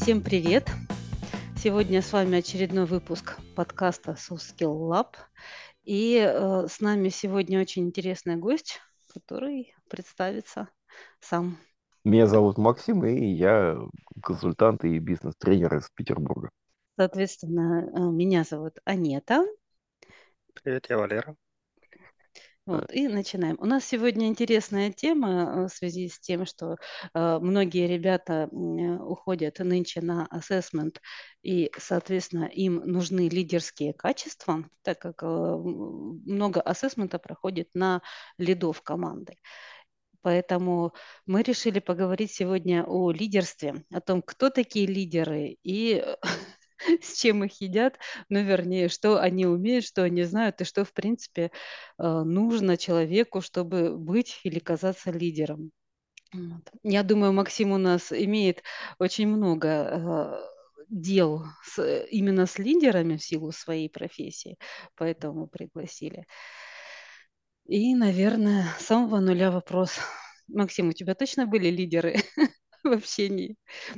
Всем привет! Сегодня с вами очередной выпуск подкаста Soft Skill Lab. И с нами сегодня очень интересный гость, который представится сам. Меня зовут Максим, и я консультант и бизнес-тренер из Петербурга. Соответственно, меня зовут Анета. Привет, я Валера. Вот, и начинаем. У нас сегодня интересная тема в связи с тем, что многие ребята уходят нынче на ассессмент, и, соответственно, им нужны лидерские качества, так как много ассессмента проходит на лидов команды. Поэтому мы решили поговорить сегодня о лидерстве, о том, кто такие лидеры и с чем их едят, ну, вернее, что они умеют, что они знают и что, в принципе, нужно человеку, чтобы быть или казаться лидером. Вот. Я думаю, Максим у нас имеет очень много дел именно с лидерами в силу своей профессии, поэтому пригласили. И, наверное, с самого нуля вопрос. Максим, у тебя точно были лидеры в общении?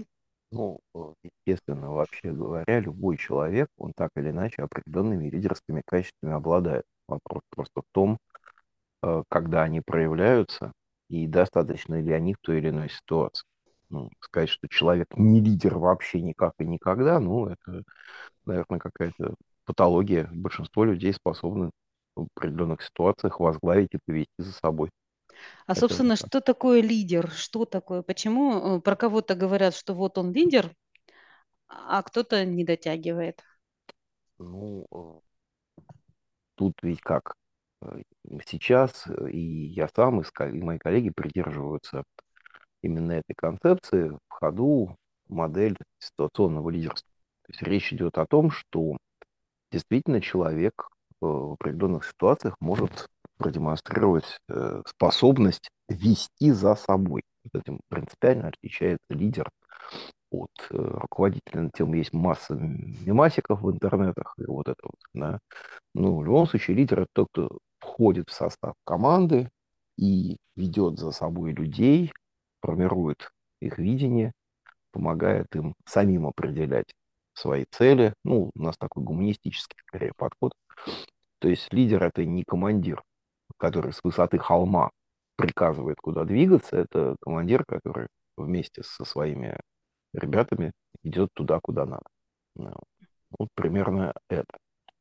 Естественно, вообще говоря, любой человек, он так или иначе определенными лидерскими качествами обладает. Вопрос просто в том, когда они проявляются и достаточно ли они в той или иной ситуации. Сказать, что человек не лидер вообще никак и никогда, это, наверное, какая-то патология. Большинство людей способны в определенных ситуациях возглавить и повести за собой. А, Хотя бы собственно, так. что такое лидер? Что такое? Почему про кого-то говорят, что вот он лидер, а кто-то не дотягивает? Ну, Тут ведь как? э, Сейчас и я сам, и мои коллеги придерживаются именно этой концепции. В ходу модель ситуационного лидерства. То есть речь идет о том, что действительно человек в определенных ситуациях может продемонстрировать способность вести за собой. Вот этим принципиально отличается лидер от руководителя. На тему есть масса мемасиков в интернетах и вот это вот, да. В любом случае, лидер — это тот, кто входит в состав команды и ведет за собой людей, формирует их видение, помогает им самим определять свои цели. У нас такой гуманистический, скорее, подход. То есть лидер — это не командир, который с высоты холма приказывает, куда двигаться. Это командир, который вместе со своими ребятами идет туда, куда надо. Ну, Вот примерно это.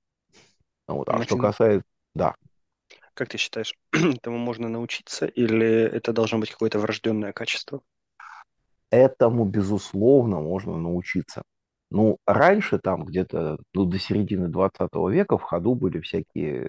А что Максим, касается... Да, как ты считаешь, этому можно научиться или это должно быть какое-то врожденное качество? этому, безусловно, можно научиться. Раньше, там где-то до середины 20 века в ходу были всякие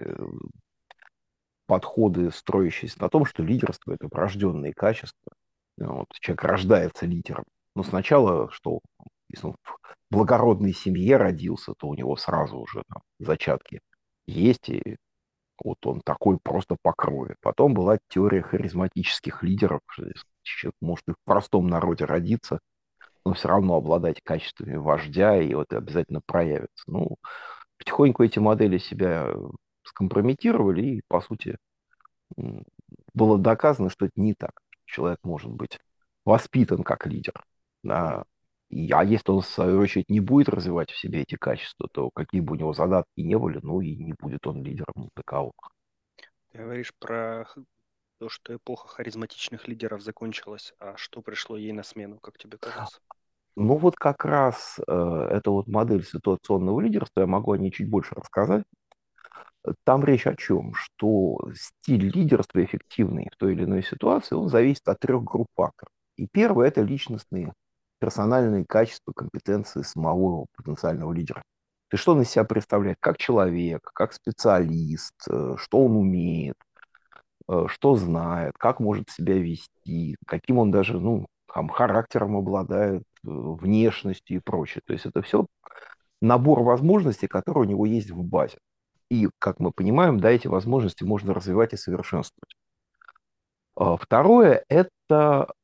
подходы, строящиеся на том, что лидерство — это врожденные качества. Человек рождается лидером. Но сначала, что если он в благородной семье родился, то у него сразу уже там зачатки есть, и вот он такой просто по крови. Потом была теория харизматических лидеров, что человек может и в простом народе родиться, но все равно обладать качествами вождя, и вот обязательно проявится. Потихоньку эти модели себя скомпрометировали, и, по сути, м, было доказано, что это не так. Человек может быть воспитан как лидер. Да. А если он, в свою очередь, не будет развивать в себе эти качества, то какие бы у него задатки не были, и не будет он лидером ни для кого. Ты говоришь про то, что эпоха харизматичных лидеров закончилась, а что пришло ей на смену, как тебе кажется? Вот как раз эта вот модель ситуационного лидерства, я могу о ней чуть больше рассказать. Там речь о чем? Что стиль лидерства эффективный в той или иной ситуации, он зависит от трех групп факторов. И первое — это личностные, персональные качества, компетенции самого потенциального лидера. То есть что он из себя представляет как человек, как специалист, что он умеет, что знает, как может себя вести, каким он даже, характером обладает, внешностью и прочее. То есть это все набор возможностей, которые у него есть в базе. И, как мы понимаем, да, эти возможности можно развивать и совершенствовать. Второе — это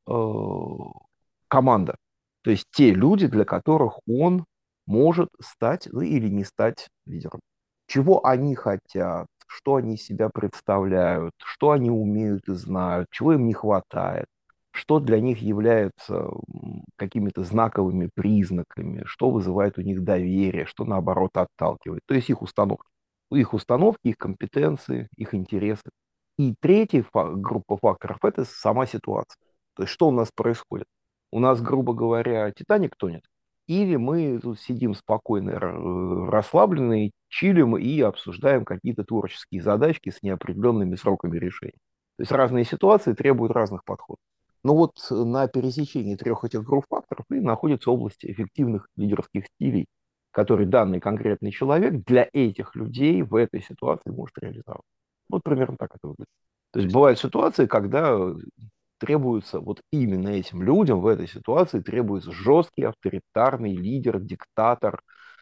команда. То есть те люди, для которых он может стать, или не стать лидером. Чего они хотят, что они из себя представляют, что они умеют и знают, чего им не хватает, что для них является какими-то знаковыми признаками, что вызывает у них доверие, что наоборот отталкивает. То есть их установки. Их установки, их компетенции, их интересы. И третья группа факторов – это сама ситуация. То есть что у нас происходит? У нас, грубо говоря, Титаник тонет, или мы тут сидим спокойно, расслабленные, чилим и обсуждаем какие-то творческие задачки с неопределенными сроками решения. То есть разные ситуации требуют разных подходов. Но вот на пересечении трех этих групп факторов и находится область эффективных лидерских стилей, которые данный конкретный человек для этих людей в этой ситуации может реализовать. Вот примерно так это выглядит. То То есть есть бывают ситуации, когда требуется вот именно этим людям в этой ситуации требуется жесткий, авторитарный лидер, диктатор,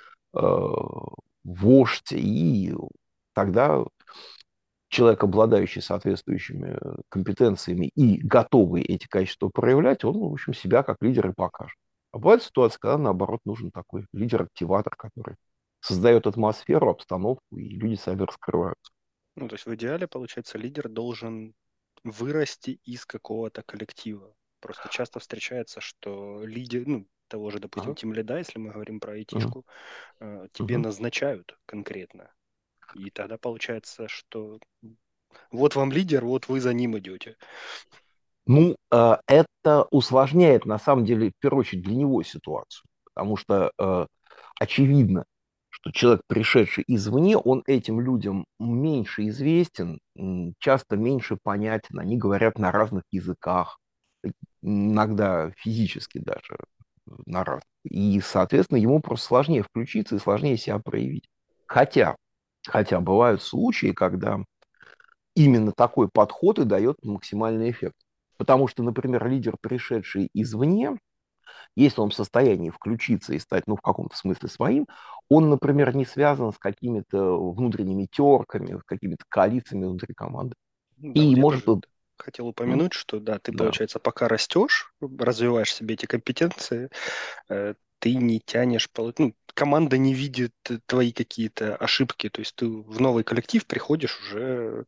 вождь, и тогда человек, обладающий соответствующими компетенциями и готовый эти качества проявлять, он, в общем, себя как лидер и покажет. А бывает ситуация, когда, наоборот, нужен такой лидер-активатор, который создает атмосферу, обстановку, и люди сами раскрываются. Ну, то есть в идеале, получается, лидер должен вырасти из какого-то коллектива. Просто часто встречается, что лидер, ну, того же, допустим, Ага, тимлида, если мы говорим про ага, айтишку, тебе ага. назначают конкретно. И тогда получается, что вот вам лидер, вот вы за ним идете. Ну, это усложняет, на самом деле, в первую очередь, для него ситуацию. Потому что очевидно, что человек, пришедший извне, он этим людям меньше известен, часто меньше понятен. Они говорят на разных языках, иногда физически даже на разных. И, соответственно, ему просто сложнее включиться и сложнее себя проявить. Хотя, хотя бывают случаи, когда именно такой подход и дает максимальный эффект. Потому что, например, лидер, пришедший извне, если он в состоянии включиться и стать, ну, в каком-то смысле своим, он, например, не связан с какими-то внутренними терками, какими-то коалициями внутри команды. Да, И вот я может... тоже хотел упомянуть, что да, ты, Да. получается, пока растешь, развиваешь себе эти компетенции, ты не тянешь, ну, команда не видит твои какие-то ошибки, то есть ты в новый коллектив приходишь уже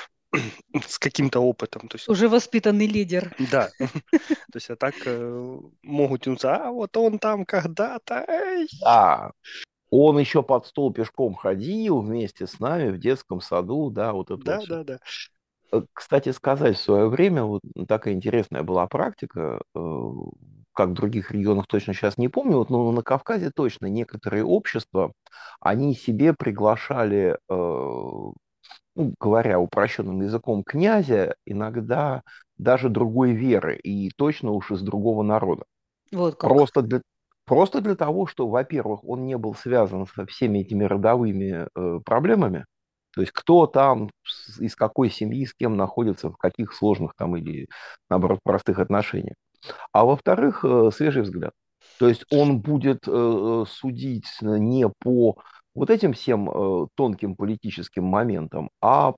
с каким-то опытом, то есть Уже воспитанный лидер. да, то есть а так могут тянуться, а вот он там когда-то, эй. Да, он еще под стол пешком ходил вместе с нами в детском саду, да, вот это вот Да, все. да, да. Кстати сказать, в свое время вот такая интересная была практика, как в других регионах точно сейчас не помню, вот, но на Кавказе точно некоторые общества, они себе приглашали, ну, говоря упрощенным языком, князя, иногда даже другой веры и точно уж из другого народа. Вот как. Просто для, просто для того, что, во-первых, он не был связан со всеми этими родовыми проблемами, то есть кто там, из какой семьи, с кем находится, в каких сложных там или, наоборот, простых отношениях. А во-вторых, свежий взгляд. То есть он будет судить не по вот этим всем тонким политическим моментам, а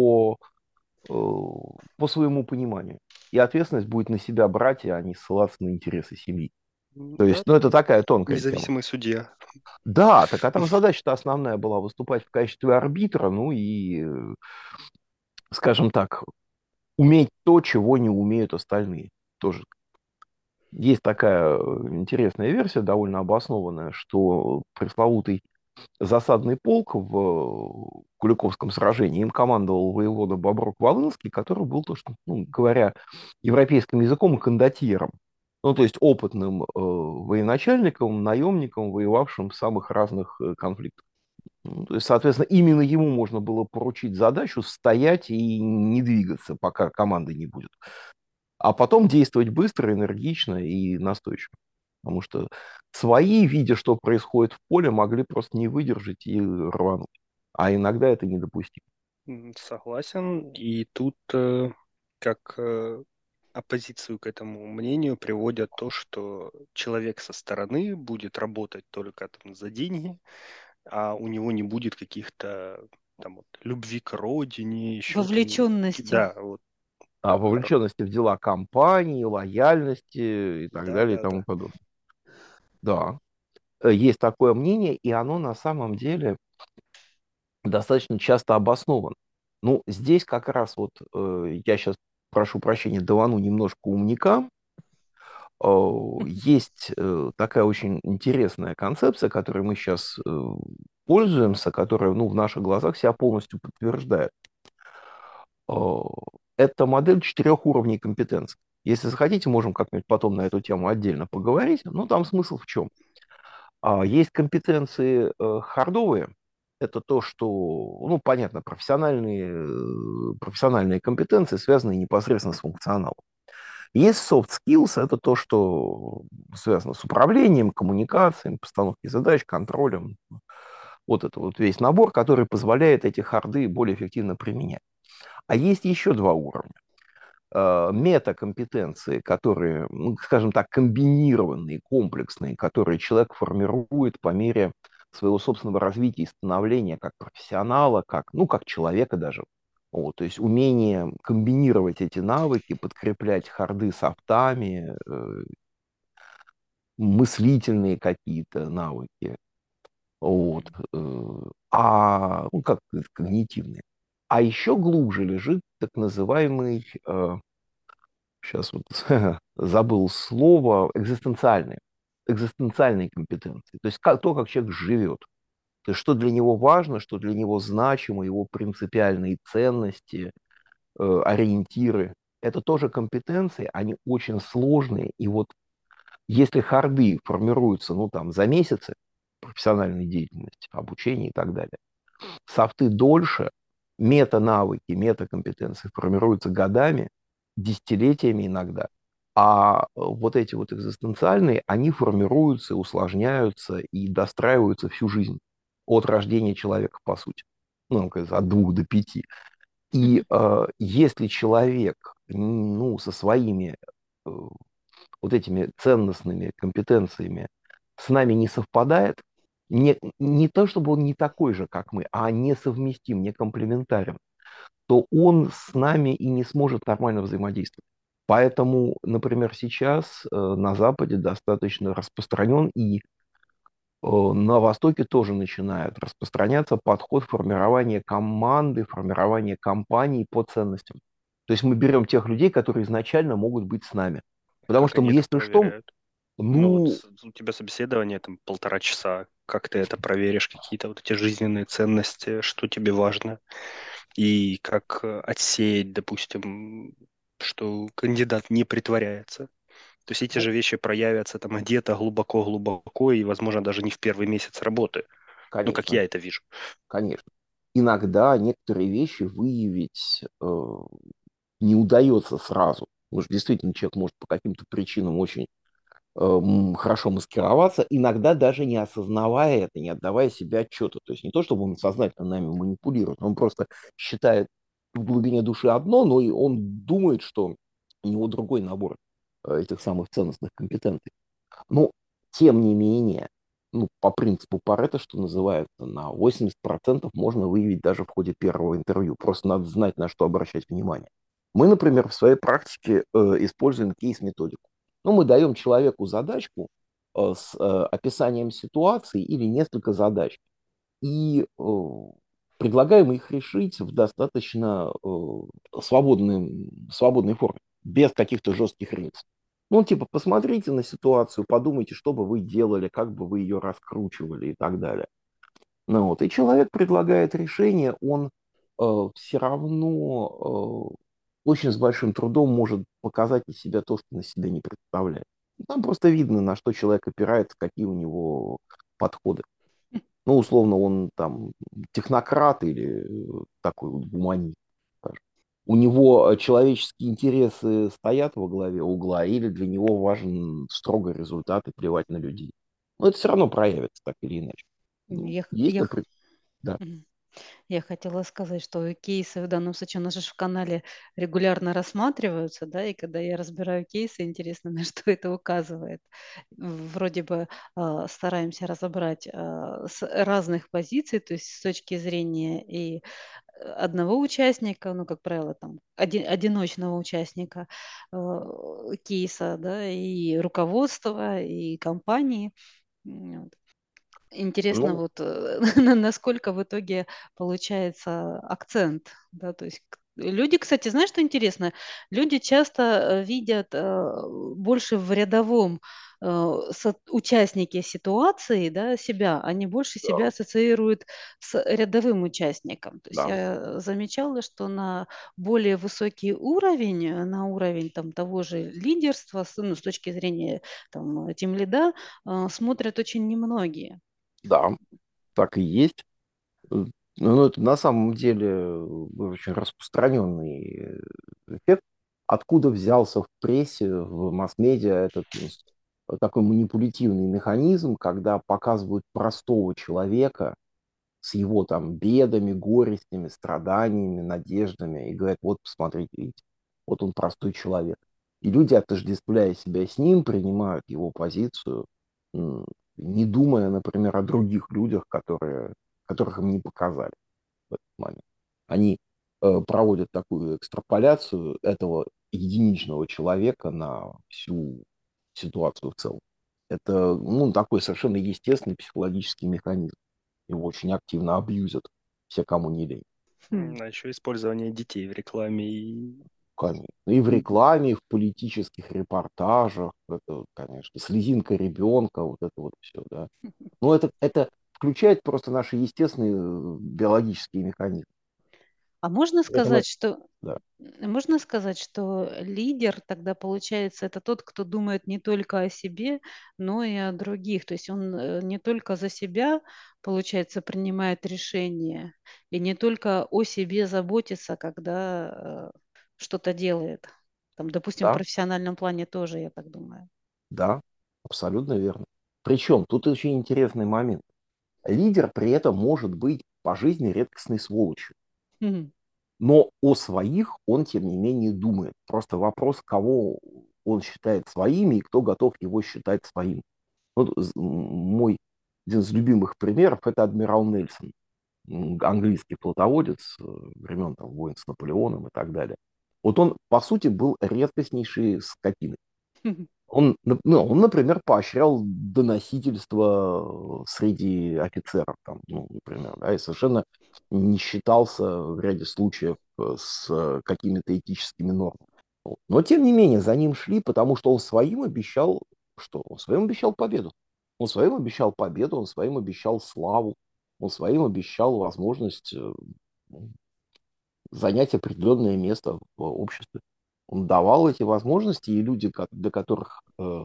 по своему пониманию. И ответственность будет на себя брать, а не ссылаться на интересы семьи. То Да, есть, ну, это такая тонкая тема. независимый судья. Да, так а там задача-то основная была выступать в качестве арбитра, ну и, скажем так, уметь то, чего не умеют остальные. Тоже есть такая интересная версия, довольно обоснованная, что пресловутый засадный полк в Куликовском сражении им командовал воевода Боброк-Волынский, который был, то, что, ну, говоря европейским языком, кондотьером. Ну, то есть опытным военачальником, наемником, воевавшим в самых разных конфликтах. Ну, то есть, соответственно, именно ему можно было поручить задачу стоять и не двигаться, пока команды не будет. А потом действовать быстро, энергично и настойчиво. Потому что свои, видя, что происходит в поле, могли просто не выдержать и рвануть. А иногда это недопустимо. Согласен. И тут как оппозицию к этому мнению приводят то, что человек со стороны будет работать только там за деньги, а у него не будет каких-то там вот любви к родине, еще там, Вовлеченности. да, вот, А вовлеченности в дела компании, лояльности и так да, далее и да, тому да. подобное. Да, есть такое мнение, и оно на самом деле достаточно часто обосновано. Ну, здесь как раз вот я сейчас прошу прощения, давану немножко умника. Есть такая очень интересная концепция, которой мы сейчас пользуемся, которая, ну, в наших глазах себя полностью подтверждает. Э, Это модель 4 уровней компетенций. Если захотите, можем как-нибудь потом на эту тему отдельно поговорить. Но там смысл в чем? Есть компетенции хардовые. Это то, что, ну, понятно, профессиональные компетенции, связанные непосредственно с функционалом. Есть soft skills, это то, что связано с управлением, коммуникацией, постановкой задач, контролем. Вот это вот весь набор, который позволяет эти харды более эффективно применять. А есть еще 2 уровня. Метакомпетенции, которые, ну, скажем так, комбинированные, комплексные, которые человек формирует по мере своего собственного развития и становления как профессионала, как, ну, как человека даже. Вот, то есть умение комбинировать эти навыки, подкреплять харды софтами, мыслительные какие-то навыки, вот, ну, как когнитивные. А еще глубже лежит так называемый сейчас вот забыл слово, экзистенциальные компетенции. То есть то, как человек живет. То есть что для него важно, что для него значимо, его принципиальные ценности, ориентиры. Это тоже компетенции, они очень сложные. И вот если харды формируются, ну, там, за месяцы профессиональной деятельности, обучения и так далее, софты дольше, мета-навыки, мета-компетенции формируются годами, десятилетиями иногда. А вот эти вот экзистенциальные, они формируются, усложняются и достраиваются всю жизнь. От рождения человека, по сути. Ну, от 2 до 5. И если человек, ну, со своими вот этими ценностными компетенциями с нами не совпадает, не то, чтобы он не такой же, как мы, а несовместим, не комплементарен, то он с нами и не сможет нормально взаимодействовать. Поэтому, например, сейчас на Западе достаточно распространен и на Востоке тоже начинает распространяться подход формирования команды, формирования компаний по ценностям. То есть мы берем тех людей, которые изначально могут быть с нами. Потому Как что они мы, это если что, проверяют? Ну вот ну, у тебя собеседование там 1,5 часа. Как ты это проверишь? Какие-то вот эти жизненные ценности, что тебе важно? И как отсеять, допустим, что кандидат не притворяется? То есть эти ну, же вещи проявятся там где-то глубоко-глубоко и, возможно, даже не в первый месяц работы. Ну, как конечно, я это вижу. конечно. Иногда некоторые вещи выявить не удается сразу. Потому что действительно человек может по каким-то причинам очень хорошо маскироваться, иногда даже не осознавая это, не отдавая себе отчета. То есть не то, чтобы он сознательно нами манипулирует, он просто считает в глубине души одно, но и он думает, что у него другой набор этих самых ценностных компетенций. Но, тем не менее, ну, по принципу Парето, что называется, на 80% можно выявить даже в ходе первого интервью. Просто надо знать, на что обращать внимание. Мы, например, в своей практике используем кейс-методику. Ну, мы даем человеку задачку с описанием ситуации или несколько задач и предлагаем их решить в достаточно свободной форме, без каких-то жестких рельсов. Ну, типа, посмотрите на ситуацию, подумайте, что бы вы делали, как бы вы ее раскручивали и так далее. Ну, вот. И человек предлагает решение, он все равно очень с большим трудом может показать из себя то, что на себя не представляет. Там просто видно, на что человек опирается, какие у него подходы. Ну, условно, он там технократ или такой вот гуманист, скажем. У него человеческие интересы стоят во главе угла, или для него важен строго результат и плевать на людей. Но это все равно проявится так или иначе. Ну, Я, х- есть, я, х- например, да, Мгм. Я хотела сказать, что кейсы в данном случае у нас же в канале регулярно рассматриваются, да, и когда я разбираю кейсы, интересно, на что это указывает. Вроде бы стараемся разобрать с разных позиций, то есть с точки зрения и одного участника, ну, как правило, там, одиночного участника кейса, да, и руководства, и компании. Вот. Интересно, ну, вот насколько в итоге получается акцент, да, то есть Люди, кстати, знаешь, что интересно? Люди часто видят больше в рядовом участнике ситуации, да, себя, они больше Да, себя ассоциируют с рядовым участником. То есть да, я замечала, что на более высокий уровень, на уровень там, того же лидерства, ну, с точки зрения там, тимлида, смотрят очень немногие. да, так и есть. Ну, это на самом деле очень распространенный эффект. Откуда взялся в прессе, в масс-медиа этот такой манипулятивный механизм, когда показывают простого человека с его там бедами, горестями, страданиями, надеждами и говорят, вот посмотрите, видите, вот он простой человек. И люди, отождествляя себя с ним, принимают его позицию, м, не думая, например, о других людях, которых им не показали в этот момент. Они проводят такую экстраполяцию этого единичного человека на всю ситуацию в целом. Это ну, такой совершенно естественный психологический механизм. Его очень активно абьюзят все, кому не лень. Хм. А еще использование детей в рекламе и... Конечно. И в рекламе, и в политических репортажах, это, конечно, слезинка ребенка, вот это вот все, да. Но это включает просто наши естественные биологические механизмы. А можно Поэтому, сказать, что да, можно сказать, что лидер тогда получается это тот, кто думает не только о себе, но и о других. То есть он не только за себя, получается, принимает решения, и не только о себе заботится, когда что-то делает. Там, допустим, в да, профессиональном плане тоже, я так думаю. да, абсолютно верно. Причем тут очень интересный момент. Лидер при этом может быть по жизни редкостной сволочью. Мгм. Но о своих он, тем не менее, думает. Просто вопрос, кого он считает своими и кто готов его считать своим. Вот мой один из любимых примеров – это адмирал Нельсон, английский флотоводец времен там, войн с Наполеоном и так далее. Вот он, по сути, был редкостнейшей скотиной. Он, например, поощрял доносительство среди офицеров, там, ну, например, да, и совершенно не считался в ряде случаев с какими-то этическими нормами. Вот. Но, тем не менее, за ним шли, потому что он своим обещал, что? Он своим обещал победу. Он своим обещал победу, он своим обещал славу, он своим обещал возможность занять определенное место в обществе. Он давал эти возможности, и люди, для которых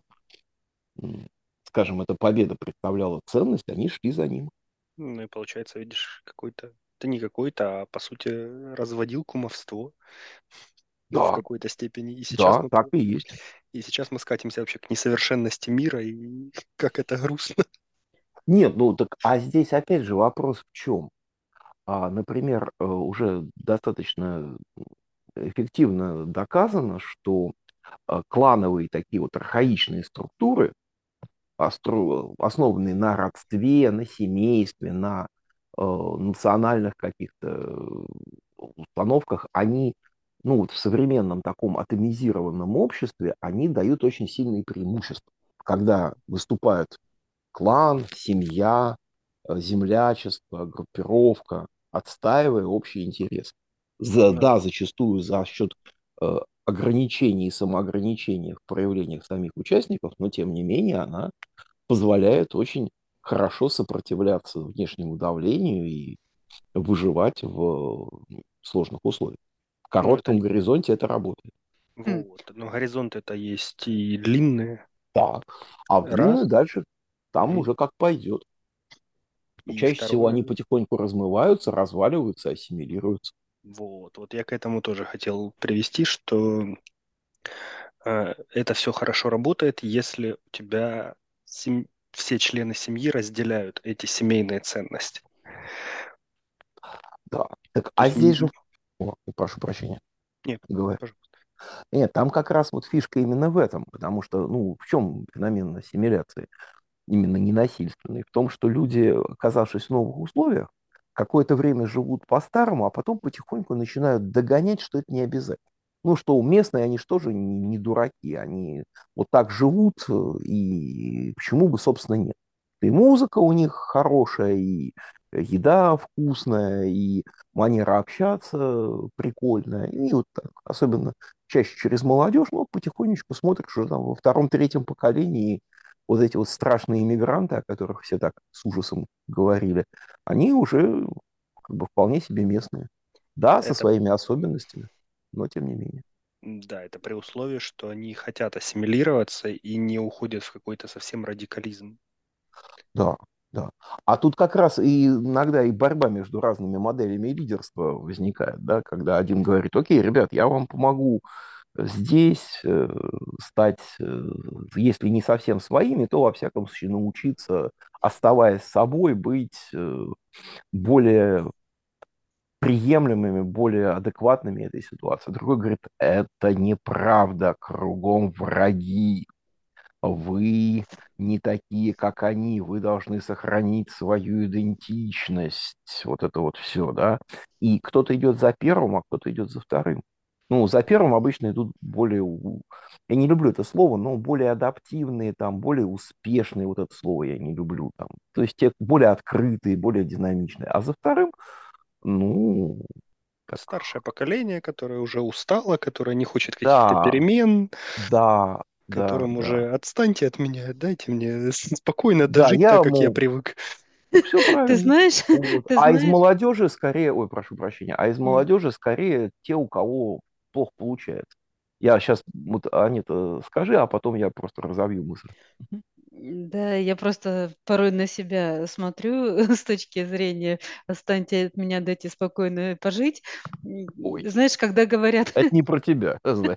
скажем, эта победа представляла ценность, они шли за ним. Ну и получается, видишь, какой-то... Это не какой-то, а по сути разводил кумовство. Ну, в Да, какой-то степени. да, так и есть. И сейчас мы скатимся вообще к несовершенности мира, и как это грустно. Нет, ну так, а здесь опять же вопрос в чем? Например, уже достаточно эффективно доказано, что клановые такие вот архаичные структуры, основанные на родстве, на семействе, на национальных каких-то установках, они, ну, вот в современном таком атомизированном обществе, они дают очень сильные преимущества. Когда выступают клан, семья, землячество, группировка, отстаивая общий интерес. Да. Да, зачастую за счет ограничений и самоограничений в проявлениях самих участников, но тем не менее она позволяет очень хорошо сопротивляться внешнему давлению и выживать в сложных условиях. В Ну, это коротком горизонте это работает. Хм. вот. Но горизонт это есть и длинные. Да. А в Раз. длинную дальше там И, уже как пойдет. и Чаще всего они второе. потихоньку размываются, разваливаются, ассимилируются. Вот я к этому тоже хотел привести, что это все хорошо работает, если у тебя все члены семьи разделяют эти семейные ценности. Да. Так, То а есть, здесь же... О, прошу прощения. не, Говори. пожалуйста. Нет, там как раз вот фишка именно в этом, потому что, ну, в чем феномен ассимиляции? Именно ненасильственный, в том, что люди, оказавшись в новых условиях, какое-то время живут по-старому, а потом потихоньку начинают догонять, что это не обязательно. Ну, что местные, они же тоже не дураки, они вот так живут, и почему бы, собственно, нет. И музыка у них хорошая, и еда вкусная, и манера общаться прикольная. И вот так, особенно чаще через молодежь, ну, потихонечку смотришь уже там во втором-третьем поколении вот эти вот страшные иммигранты, о которых все так с ужасом говорили, они уже как бы вполне себе местные. Да, со Это, своими особенностями, но тем не менее. да, это при условии, что они хотят ассимилироваться и не уходят в какой-то совсем радикализм. Да, да. А тут как раз и иногда и борьба между разными моделями лидерства возникает, да, когда один говорит: окей, ребят, я вам помогу здесь стать, если не совсем своими, то во всяком случае научиться, оставаясь собой, быть более приемлемыми, более адекватными этой ситуации. Другой говорит: это неправда, кругом враги, вы не такие, как они, вы должны сохранить свою идентичность, вот это вот все, да. И кто-то идет за первым, а кто-то идет за вторым. Ну, за первым обычно идут более, я не люблю это слово, но более адаптивные, там, более успешные, вот это слово я не люблю, там. То есть те более открытые, более динамичные. А за вторым, ну, так, Старшее поколение, которое уже устало, которое не хочет каких-то да, перемен, да, да, которым да. уже отстаньте от меня, дайте мне спокойно Да, дожить так, я, как я мол, привык. все Ты правильно. знаешь, Вот. ты А из знаешь, молодежи скорее, ой, прошу прощения, а из м, молодежи скорее те, у кого плохо получается. Я сейчас, вот, Анита, скажи, а потом я просто разовью мысль. Мгм. да, я просто порой на себя смотрю с точки зрения «останьте от меня, дайте спокойно пожить». Ой, Знаешь, когда говорят это не про тебя, знаешь.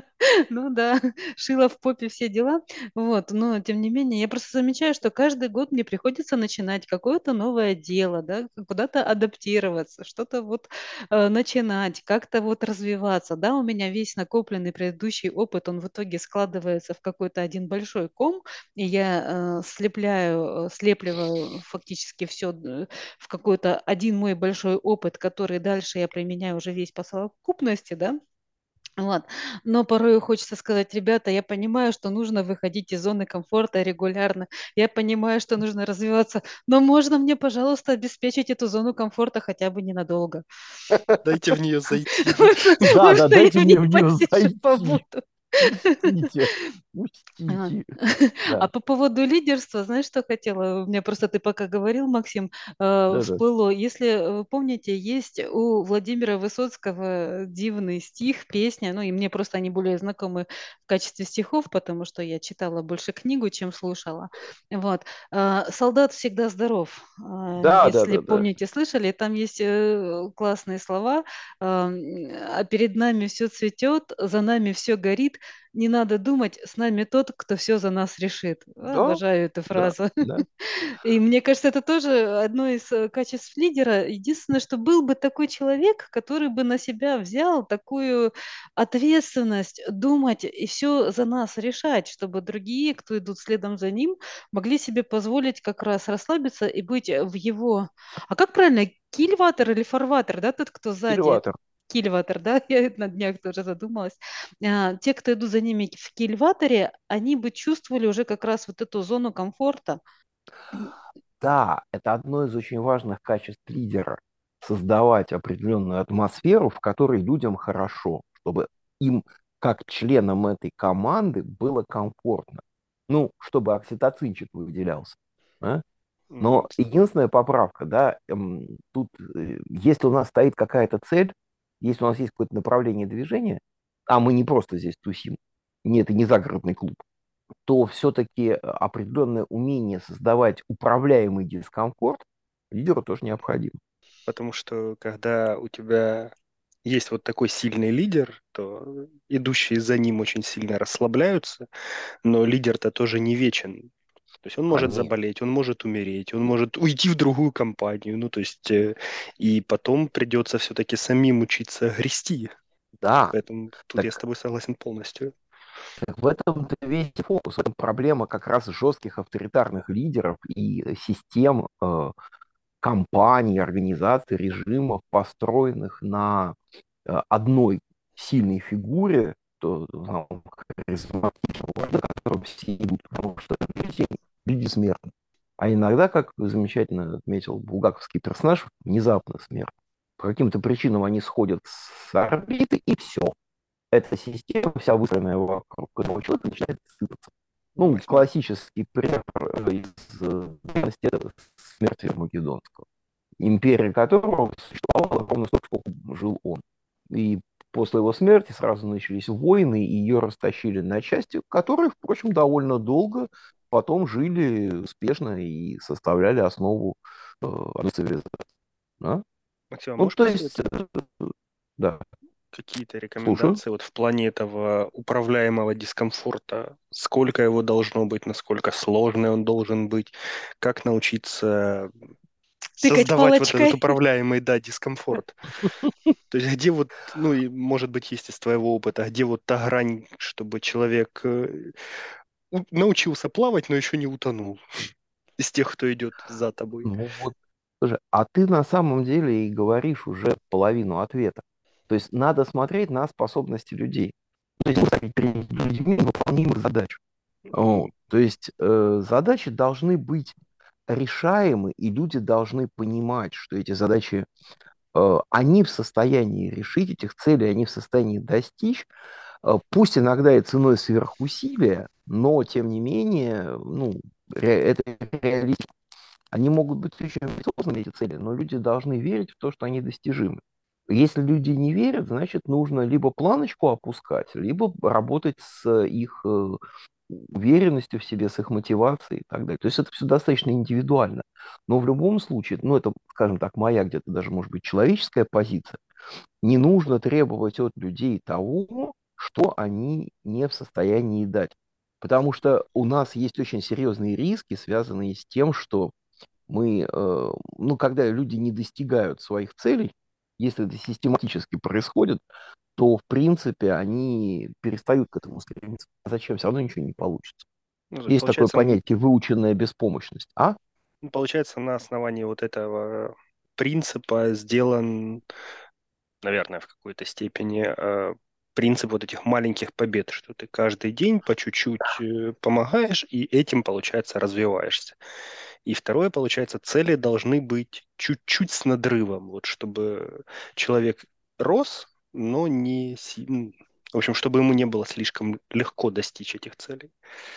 ну да, шила в попе, все дела. Вот, но тем не менее, я просто замечаю, что каждый год мне приходится начинать какое-то новое дело, да, куда-то адаптироваться, что-то вот начинать, как-то вот развиваться, да, у меня весь накопленный предыдущий опыт, он в итоге складывается в какой-то один большой ком, и я слепливаю фактически все в какой-то один мой большой опыт, который дальше я применяю уже весь по совокупности, да, вот. Но порою хочется сказать: "Ребята, я понимаю, что нужно выходить из зоны комфорта регулярно. Я понимаю, что нужно развиваться, но можно мне, пожалуйста, обеспечить эту зону комфорта хотя бы ненадолго? Дайте в нее зайти, да? Можно Да, да, можно я дайте в мне ней в нее подольше зайти. побуду?" Пустите, А. пустите. А Да, по поводу лидерства, знаешь, что хотела? У меня просто ты пока говорил, Максим, да, да. всплыло. Если вы помните, есть у Владимира Высоцкого дивный стих, песня, ну и мне просто они более знакомы в качестве стихов, потому что я читала больше книгу, чем слушала. Вот. «Солдат всегда здоров». Да, да, Если да, да. помните, слышали, там есть классные слова. А перед нами все цветет, за нами все горит, не надо думать, с нами тот, кто все за нас решит. Да, Обожаю эту да, фразу. да. И мне кажется, это тоже одно из качеств лидера. Единственное, что был бы такой человек, который бы на себя взял такую ответственность думать и все за нас решать, чтобы другие, кто идут следом за ним, могли себе позволить как раз расслабиться и быть в его... А как правильно, кильватер или фарватер, да, тот, кто сзади? Элеватор. Кильватер, да, я на днях тоже задумалась. Те, кто идут за ними в кильваторе, они бы чувствовали уже как раз вот эту зону комфорта. Да, это одно из очень важных качеств лидера — создавать определенную атмосферу, в которой людям хорошо, чтобы им, как членам этой команды, было комфортно. Ну, чтобы окситоцинчик выделялся. А? М, Но единственная поправка, да, тут, если у нас стоит какая-то цель, если у нас есть какое-то направление движения, а мы не просто здесь тусим, нет, это не загородный клуб, то все-таки определенное умение создавать управляемый дискомфорт лидеру тоже необходимо. Потому что когда у тебя есть вот такой сильный лидер, то идущие за ним очень сильно расслабляются, но лидер-то тоже не вечен. То есть он может Конечно. заболеть, он может умереть, он может уйти в другую компанию. Ну, то есть, и потом придется все-таки самим учиться грести. Да, Поэтому тут я с так, тобой согласен полностью. так в этом-то весь фокус. В этом проблема как раз жестких авторитарных лидеров и систем компаний, организаций, режимов, построенных на одной сильной фигуре, то харизматичного, за которым все идут, потому что люди смертны. А иногда, как замечательно отметил булгаковский персонаж, внезапно смерть. По каким-то причинам они сходят с орбиты, и все. Эта система, вся выстроенная вокруг этого человека, начинает сыпаться. Ну, Восьмой. классический пример из древности — это смерть Македонского, империя которого существовала ровно столько, сколько жил он. И после его смерти сразу начались войны, и ее растащили на части, которые, впрочем, довольно долго потом жили успешно и составляли основу одной цивилизации. Да? Максим, а Ну, можешь то есть, посоветовать да, какие-то слушаю. рекомендации вот в плане этого управляемого дискомфорта? Сколько его должно быть, насколько сложный он должен быть? Как научиться Тыкать создавать вот этот палочкой. управляемый, да, дискомфорт? То есть где вот, ну и может быть есть из твоего опыта, где вот та грань, чтобы человек научился плавать, но еще не утонул из тех, кто идет за тобой? Ну вот, слушай, а ты на самом деле и говоришь уже половину ответа. То есть надо смотреть на способности людей. То есть мы ставим перед людьми выполнимых задач. М, Вот. То есть задачи должны быть решаемы, и люди должны понимать, что эти задачи, они в состоянии решить, этих целей они в состоянии достичь, пусть иногда и ценой сверхусилия, но тем не менее, ну, это реалистично. Они могут быть очень амбициозными, эти цели, но люди должны верить в то, что они достижимы. Если люди не верят, значит, нужно либо планочку опускать, либо работать с их уверенностью в себе, с их мотивацией и так далее. То есть это все достаточно индивидуально. Но в любом случае, ну это, скажем так, моя где-то даже, может быть, человеческая позиция, не нужно требовать от людей того, что они не в состоянии дать. Потому что у нас есть очень серьезные риски, связанные с тем, что мы, ну, когда люди не достигают своих целей, если это систематически происходит, то, в принципе, они перестают к этому стремиться. А зачем? Все равно ничего не получится. Ну, то есть Есть такое получается, понятие выученная беспомощность. А? получается, на основании вот этого принципа сделан, наверное, в какой-то степени принцип вот этих маленьких побед, что ты каждый день по чуть-чуть помогаешь, и этим, получается, развиваешься. И второе, получается, цели должны быть чуть-чуть с надрывом, вот чтобы человек рос, но не... В общем, чтобы ему не было слишком легко достичь этих целей,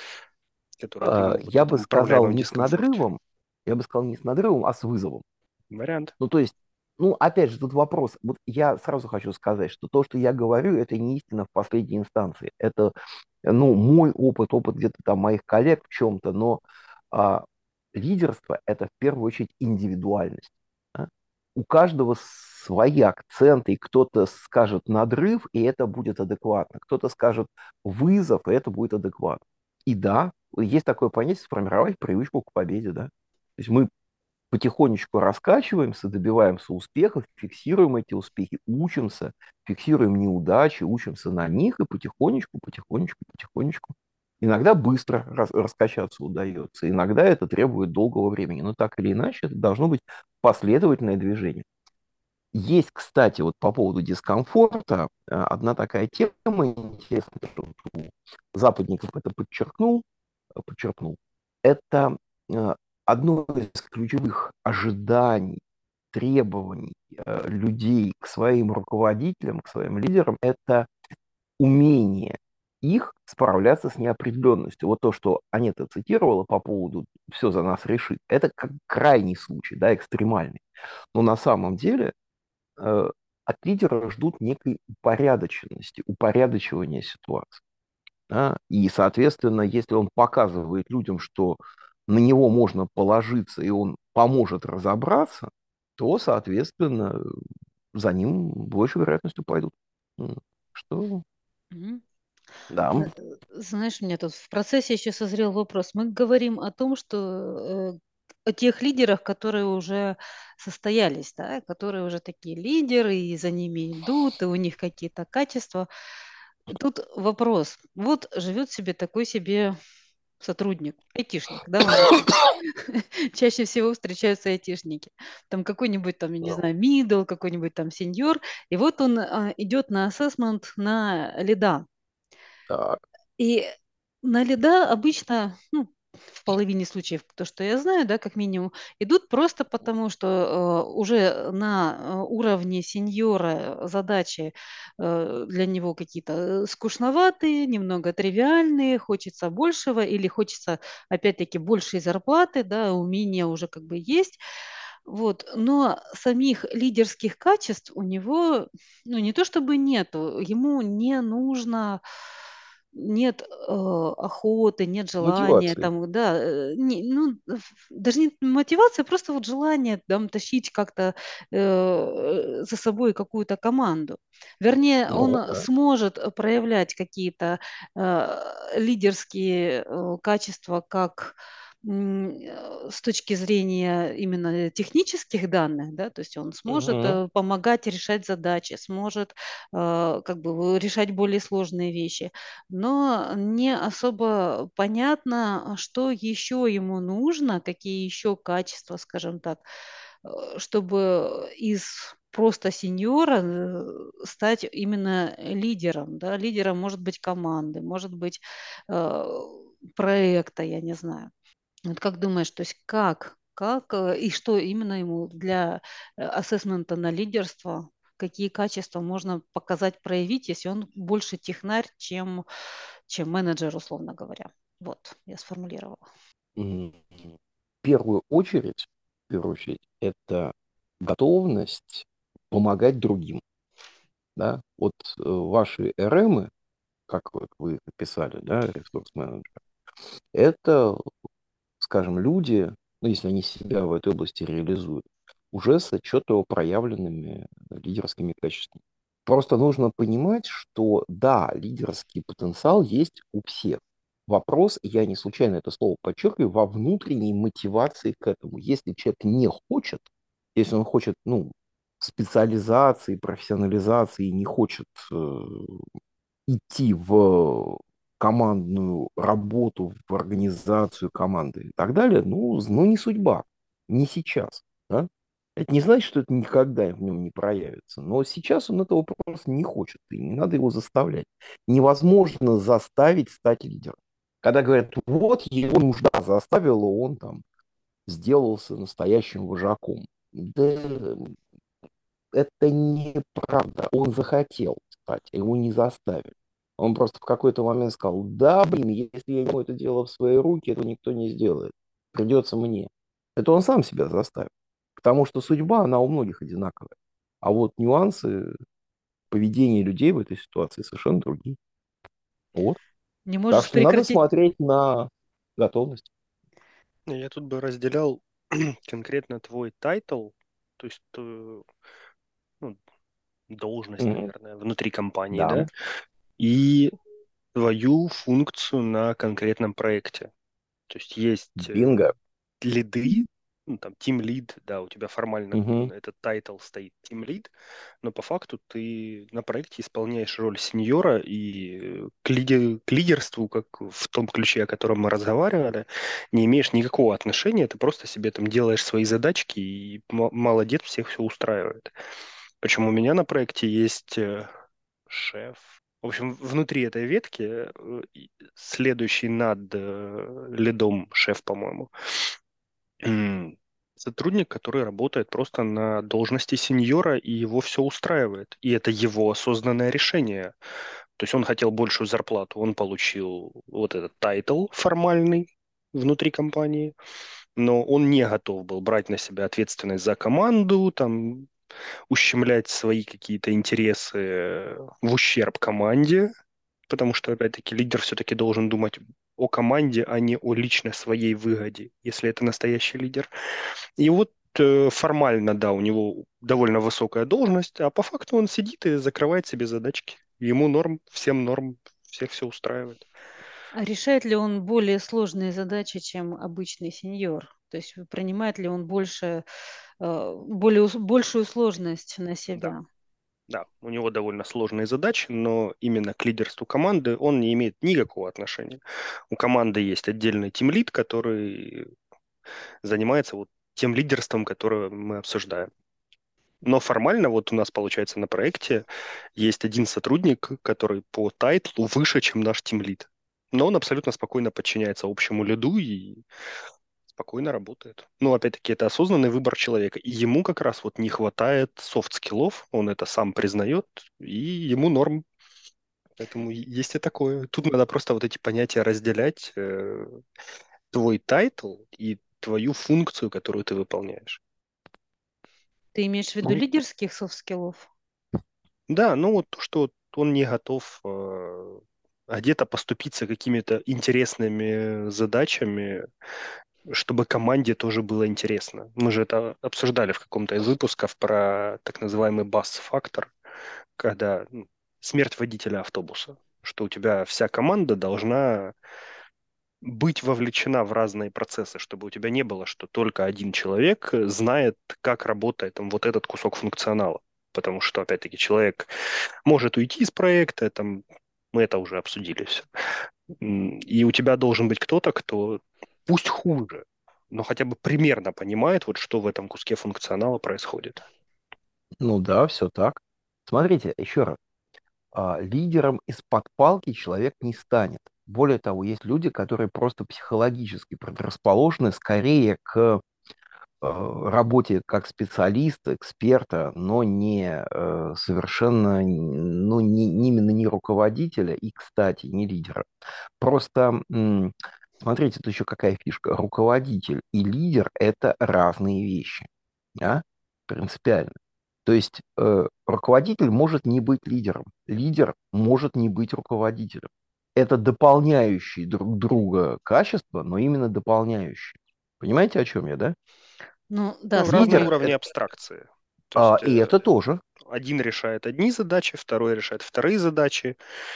которые от него вот в Я бы этом сказал управляемом не с дискомфорте. надрывом, я бы сказал не с надрывом, а с вызовом. Вариант. Ну, то есть, ну, опять же, тут вопрос. Вот я сразу хочу сказать, что то, что я говорю, это не истина в последней инстанции. Это, ну, мой опыт, опыт где-то там моих коллег в чем-то, но а, лидерство — это в первую очередь индивидуальность. Да? У каждого свои акценты, и кто-то скажет надрыв, и это будет адекватно. Кто-то скажет вызов, и это будет адекватно. И да, есть такое понятие — сформировать привычку к победе, да. То есть мы потихонечку раскачиваемся, добиваемся успехов, фиксируем эти успехи, учимся, фиксируем неудачи, учимся на них и потихонечку, потихонечку, потихонечку. Иногда быстро раскачаться удается, иногда это требует долгого времени, но так или иначе это должно быть последовательное движение. Есть, кстати, вот по поводу дискомфорта, одна такая тема интересная, что Западников это подчеркнул, это одно из ключевых ожиданий, требований людей к своим руководителям, к своим лидерам, это умение их справляться с неопределенностью. Вот то, что Анета цитировала по поводу «все за нас решит», это как крайний случай, да, экстремальный. Но на самом деле от лидера ждут некой упорядоченности, упорядочивания ситуации. Да? И, соответственно, если он показывает людям, что на него можно положиться, и он поможет разобраться, то, соответственно, за ним большей вероятностью пойдут. Что? Мгм. Да. Знаешь, у меня тут в процессе еще созрел вопрос. Мы говорим о том, что о тех лидерах, которые уже состоялись, да, которые уже такие лидеры, и за ними идут, и у них какие-то качества. Тут вопрос. Вот живет себе такой себе сотрудник, айтишник, да, у нас чаще всего встречаются айтишники. Там какой-нибудь там, я не знаю, middle, какой-нибудь там сеньор, и вот он идет на ассессмент на лида. Так. И на лида обычно, ну, в половине случаев, то, что я знаю, да, как минимум, идут просто потому, что уже на уровне сеньора задачи для него какие-то скучноватые, немного тривиальные, хочется большего или хочется, опять-таки, большей зарплаты, да, умения уже как бы есть. Вот. Но самих лидерских качеств у него, ну, не то чтобы нету, ему не нужно, нет охоты, нет желания, Мотивации. там, да, ну, даже не мотивация, просто вот желание там тащить как-то за собой какую-то команду. Вернее, Ну, он да. сможет проявлять какие-то лидерские качества, как с точки зрения именно технических данных, да, то есть он сможет Мгм. помогать решать задачи, сможет как бы решать более сложные вещи, но не особо понятно, что еще ему нужно, какие еще качества, скажем так, чтобы из просто сеньора стать именно лидером, да, лидером может быть команды, может быть э, проекта, я не знаю. Вот как думаешь, то есть как и что именно ему для ассессмента на лидерство, какие качества можно показать, проявить, если он больше технарь, чем менеджер, условно говоря. Вот, я сформулировала. М, В первую очередь, это готовность помогать другим, да. Вот ваши РМы, как вот вы писали, да, ресурс-менеджер, это, скажем, люди, ну, если они себя в этой области реализуют, уже с отчетливо проявленными лидерскими качествами. Просто нужно понимать, что да, лидерский потенциал есть у всех. Вопрос, я не случайно это слово подчеркиваю, во внутренней мотивации к этому. Если человек не хочет, если он хочет, ну, специализации, профессионализации, не хочет идти в командную работу, в организацию команды и так далее, ну не судьба, не сейчас. Да? Это не значит, что это никогда в нем не проявится, но сейчас он этого просто не хочет, и не надо его заставлять. Невозможно заставить стать лидером. Когда говорят, вот его нужда заставила, он там сделался настоящим вожаком. Да это неправда. Он захотел стать, его не заставили. Он просто в какой-то момент сказал, да, блин, если я возьму это дело в свои руки, этого никто не сделает. Придется мне. Это он сам себя заставил. Потому что судьба, она у многих одинаковая. А вот нюансы поведения людей в этой ситуации совершенно другие. Вот. Не Так можешь что надо прекратить. смотреть на готовность. Я тут бы разделял конкретно твой тайтл, то есть ну, должность, Мгм. наверное, внутри компании, Да. да, и твою функцию на конкретном проекте. То есть есть Бинго. лиды, ну, там, team lead, да, у тебя формально Мгм. этот тайтл стоит team lead, но по факту ты на проекте исполняешь роль сеньора и к лидерству, как в том ключе, о котором мы разговаривали, не имеешь никакого отношения, ты просто себе там делаешь свои задачки и молодец, всех все устраивает. Причем у меня на проекте есть шеф. В общем, внутри этой ветки следующий над лидом шеф, по-моему, м, сотрудник, который работает просто на должности сеньора, и его все устраивает. И это его осознанное решение. То есть он хотел большую зарплату, он получил вот этот тайтл формальный внутри компании, но он не готов был брать на себя ответственность за команду, там, ущемлять свои какие-то интересы в ущерб команде, потому что, опять-таки, лидер все-таки должен думать о команде, а не о лично своей выгоде, если это настоящий лидер. И вот формально, да, у него довольно высокая должность, а по факту он сидит и закрывает себе задачки. Ему норм, всем норм, всех все устраивает. А решает ли он более сложные задачи, чем обычный сеньор? То есть принимает ли он большую сложность на Да, себя? да, у него довольно сложные задачи, но именно к лидерству команды он не имеет никакого отношения. У команды есть отдельный тимлид, который занимается вот тем лидерством, которое мы обсуждаем. Но формально вот у нас, получается, на проекте есть один сотрудник, который по тайтлу выше, чем наш тимлид. Но он абсолютно спокойно подчиняется общему лиду и спокойно работает. Ну, опять-таки, это осознанный выбор человека. И ему как раз вот не хватает софт-скиллов, он это сам признает, и ему норм. Поэтому есть и такое. Тут надо просто вот эти понятия разделять, твой тайтл и твою функцию, которую ты выполняешь. Ты имеешь в виду Ну, лидерских софт-скиллов? Да, ну вот то, что вот он не готов где-то поступиться какими-то интересными задачами, чтобы команде тоже было интересно. Мы же это обсуждали в каком-то из выпусков про так называемый бас-фактор, когда смерть водителя автобуса, что у тебя вся команда должна быть вовлечена в разные процессы, чтобы у тебя не было, что только один человек знает, как работает там вот этот кусок функционала. Потому что, опять-таки, человек может уйти из проекта, там, мы это уже обсудили все. И у тебя должен быть кто-то, кто пусть хуже, но хотя бы примерно понимает, вот что в этом куске функционала происходит. ну да, все так. Смотрите, еще раз. Лидером из-под палки человек не станет. Более того, есть люди, которые просто психологически предрасположены скорее к работе как специалиста, эксперта, но не совершенно, ну, именно не руководителя и, кстати, не лидера. Просто, смотрите, тут еще какая фишка. Руководитель и лидер– это разные вещи, да? Принципиально. То есть руководитель может не быть лидером, лидер может не быть руководителем. Это дополняющие друг друга качества, но именно дополняющие. Понимаете, о чем я, да? Ну, да, Ну, разные Лидер, уровни смотри, абстракции. То есть и это тоже, один решает одни задачи, второй решает вторые задачи,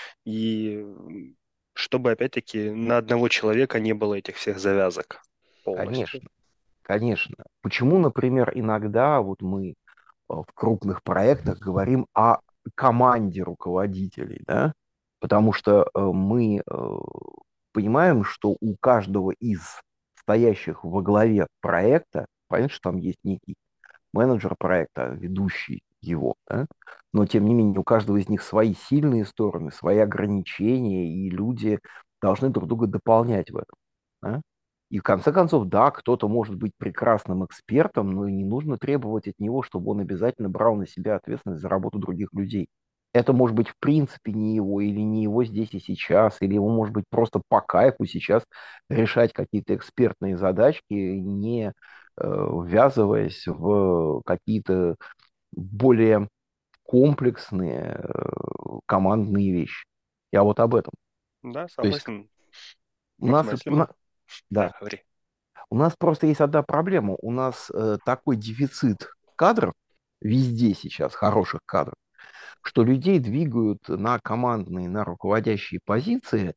и чтобы, опять-таки, на одного человека не было этих всех завязок полностью. конечно, конечно. Почему, например, иногда вот мы в крупных проектах говорим о команде руководителей, да? Потому что мы понимаем, что у каждого из стоящих во главе проекта, понятно, что там есть некий менеджер проекта, ведущий его, да? Но тем не менее у каждого из них свои сильные стороны, свои ограничения, и люди должны друг друга дополнять в этом. Да? И в конце концов, да, кто-то может быть прекрасным экспертом, но и не нужно требовать от него, чтобы он обязательно брал на себя ответственность за работу других людей. Это может быть в принципе не его, или не его здесь и сейчас, или ему может быть просто по кайфу сейчас решать какие-то экспертные задачки, не ввязываясь в какие-то более комплексные командные вещи. Я вот об этом. Да, То есть согласен. у нас, Если мы... да, Да, говори. у нас просто есть одна проблема. У нас такой дефицит кадров везде сейчас, хороших кадров, что людей двигают на командные, на руководящие позиции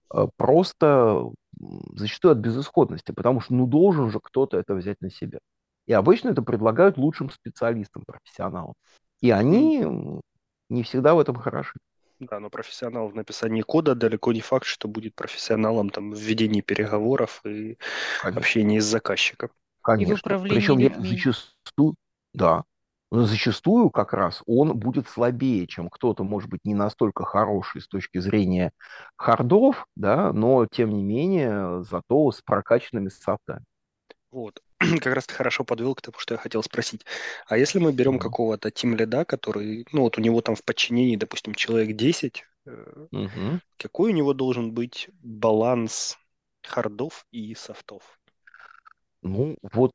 просто зачастую от безысходности, потому что ну должен же кто-то это взять на себя. И обычно это предлагают лучшим специалистам, профессионалам. И М, они не всегда в этом хороши. Да, но профессионал в написании кода далеко не факт, что будет профессионалом там, в ведении переговоров и Конечно. общении с заказчиком. и в Конечно. управлении Причем я людьми. зачастую, да, но зачастую как раз он будет слабее, чем кто-то, может быть, не настолько хороший с точки зрения хардов, да, но тем не менее зато с прокачанными софтами. Вот. Как раз ты хорошо подвел к тому, что я хотел спросить. А если мы берем Мгм. какого-то тим-лида, который, ну вот у него там в подчинении, допустим, человек 10, Мгм. какой у него должен быть баланс хардов и софтов? Ну, вот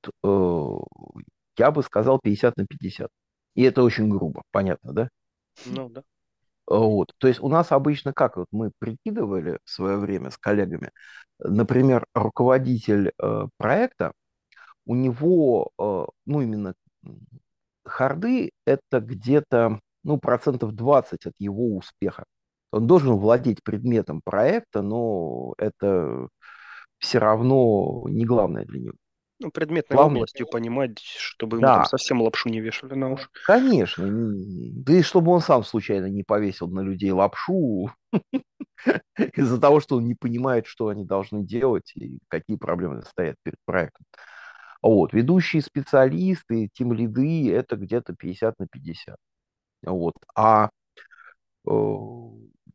я бы сказал 50 на 50. И это очень грубо, понятно, да? Ну да. Вот. То есть у нас обычно как вот мы прикидывали в свое время с коллегами, например, руководитель проекта, у него, ну, именно харды это где-то, ну, процентов 20 от его успеха. Он должен владеть предметом проекта, но это все равно не главное для него. Ну, предметной Главное, областью понимать, чтобы ему там да, совсем лапшу не вешали на уши. конечно. Да и чтобы он сам случайно не повесил на людей лапшу из-за того, что он не понимает, что они должны делать и какие проблемы стоят перед проектом. Вот. Ведущие специалисты, тимлиды– это где-то 50 на 50. Вот. А э,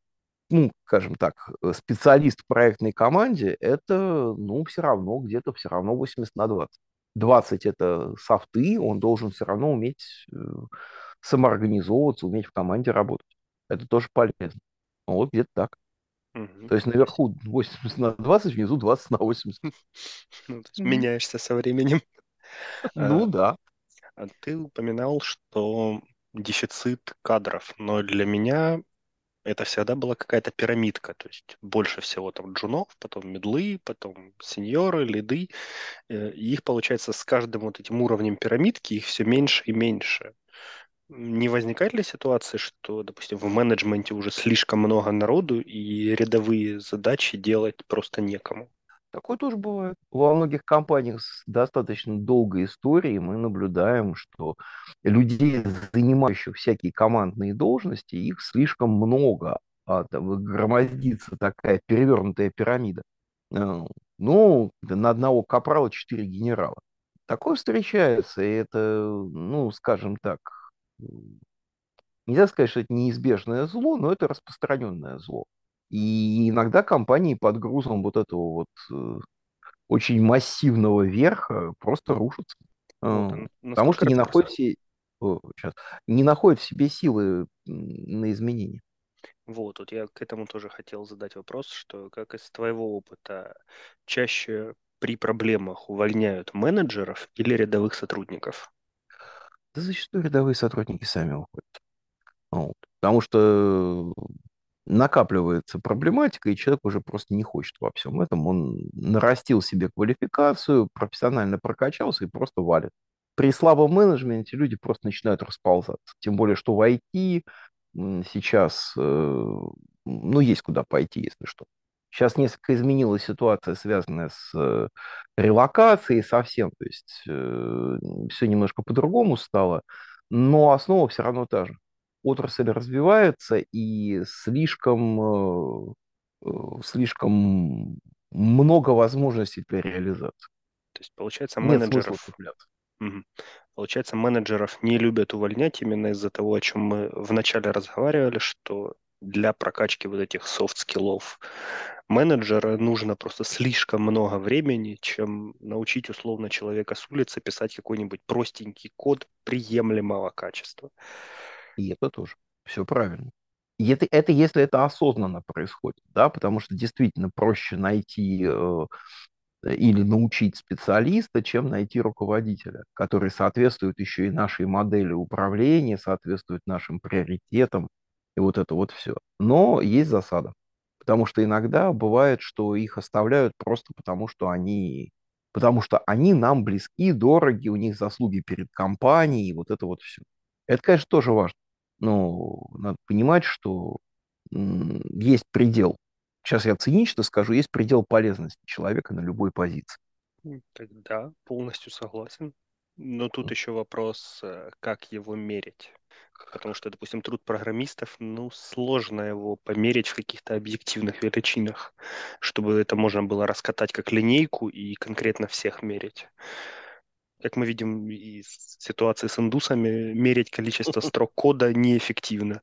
ну, скажем так, специалист в проектной команде, это, ну, все равно где-то все равно 80/20. 20 это софты, он должен все равно уметь самоорганизовываться, уметь в команде работать. Это тоже полезно. Ну, вот где-то так. Мгм. То есть То есть, наверху 80/20, внизу 20/80. ну, то есть Мгм. меняешься со временем. Ну А, да. а ты упоминал, что дефицит кадров, но для меня это всегда была какая-то пирамидка, то есть больше всего там джунов, потом медлы, потом сеньоры, лиды, и их получается с каждым вот этим уровнем пирамидки их все меньше и меньше. Не возникает ли ситуации, что, допустим, в менеджменте уже слишком много народу и рядовые задачи делать просто некому? Такое тоже бывает. Во многих компаниях с достаточно долгой историей мы наблюдаем, что людей, занимающих всякие командные должности, их слишком много, там громоздится такая перевернутая пирамида. Э, Ну, на одного капрала 4 генерала. Такое встречается, и это, ну, скажем так, нельзя сказать, что это неизбежное зло, но это распространенное зло. И иногда компании под грузом вот этого вот очень массивного верха просто рушатся. Вот, Потому что насколько не это находят, просто... не находят в себе силы на изменения. Вот я к этому тоже хотел задать вопрос, что как из твоего опыта чаще при проблемах увольняют менеджеров или рядовых сотрудников? Да зачастую рядовые сотрудники сами уходят. Вот. Потому что накапливается проблематика, и человек уже просто не хочет во всем этом. Он нарастил себе квалификацию, профессионально прокачался и просто валит. При слабом менеджменте люди просто начинают расползаться. Тем более, что в IT сейчас, ну, есть куда пойти, если что. Сейчас несколько изменилась ситуация, связанная с релокацией совсем. То есть все немножко по-другому стало, но основа все равно та же. Отрасль развивается, и слишком много возможностей для реализации. То есть, получается, Нет смысла менеджеров цепляться. Мгм. Получается, менеджеров не любят увольнять именно из-за того, о чем мы вначале разговаривали, что для прокачки вот этих софт-скиллов менеджера нужно просто слишком много времени, чем научить условно человека с улицы писать какой-нибудь простенький код приемлемого качества. И это тоже. Все правильно. И это если это осознанно происходит, да, потому что действительно проще найти или научить специалиста, чем найти руководителя, который соответствует еще и нашей модели управления, соответствует нашим приоритетам, и вот это вот все. Но есть засада, потому что иногда бывает, что их оставляют просто потому что они нам близки, дороги, у них заслуги перед компанией, и вот это вот все. Это, конечно, тоже важно, но надо понимать, что есть предел. Сейчас я цинично скажу, есть предел полезности человека на любой позиции. Тогда полностью согласен. Но тут еще вопрос, как его мерить. Потому что, допустим, труд программистов, ну, сложно его померить в каких-то объективных величинах, чтобы это можно было раскатать как линейку и конкретно всех мерить. Как мы видим из ситуации с индусами, мерить количество строк кода неэффективно.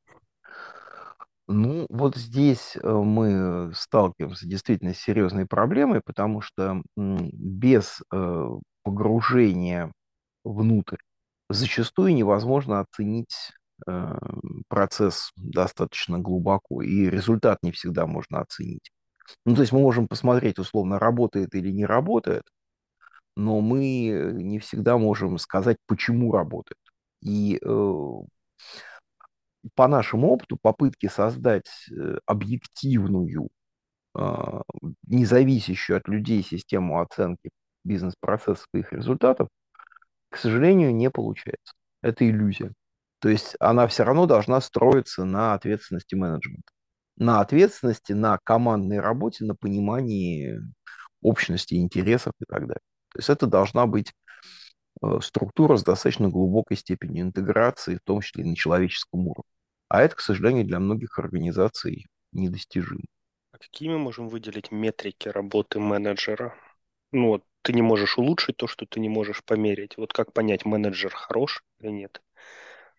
Ну, вот здесь мы сталкиваемся действительно с серьезной проблемой, потому что без погружения внутрь зачастую невозможно оценить э, процесс достаточно глубоко, и результат не всегда можно оценить. Ну, то есть мы можем посмотреть, условно, работает или не работает, но мы не всегда можем сказать, почему работает. И по нашему опыту попытки создать объективную, а, независящую от людей систему оценки бизнес-процессов и их результатов, к сожалению, не получается. Это иллюзия. То есть она все равно должна строиться на ответственности менеджмента, на ответственности, на командной работе, на понимании общности интересов и так далее. То есть это должна быть структура с достаточно глубокой степенью интеграции, в том числе и на человеческом уровне. А это, к сожалению, для многих организаций недостижимо. А какие мы можем выделить метрики работы менеджера? Ну вот, ты не можешь улучшить то, что ты не можешь померить. Вот как понять, менеджер хорош или нет?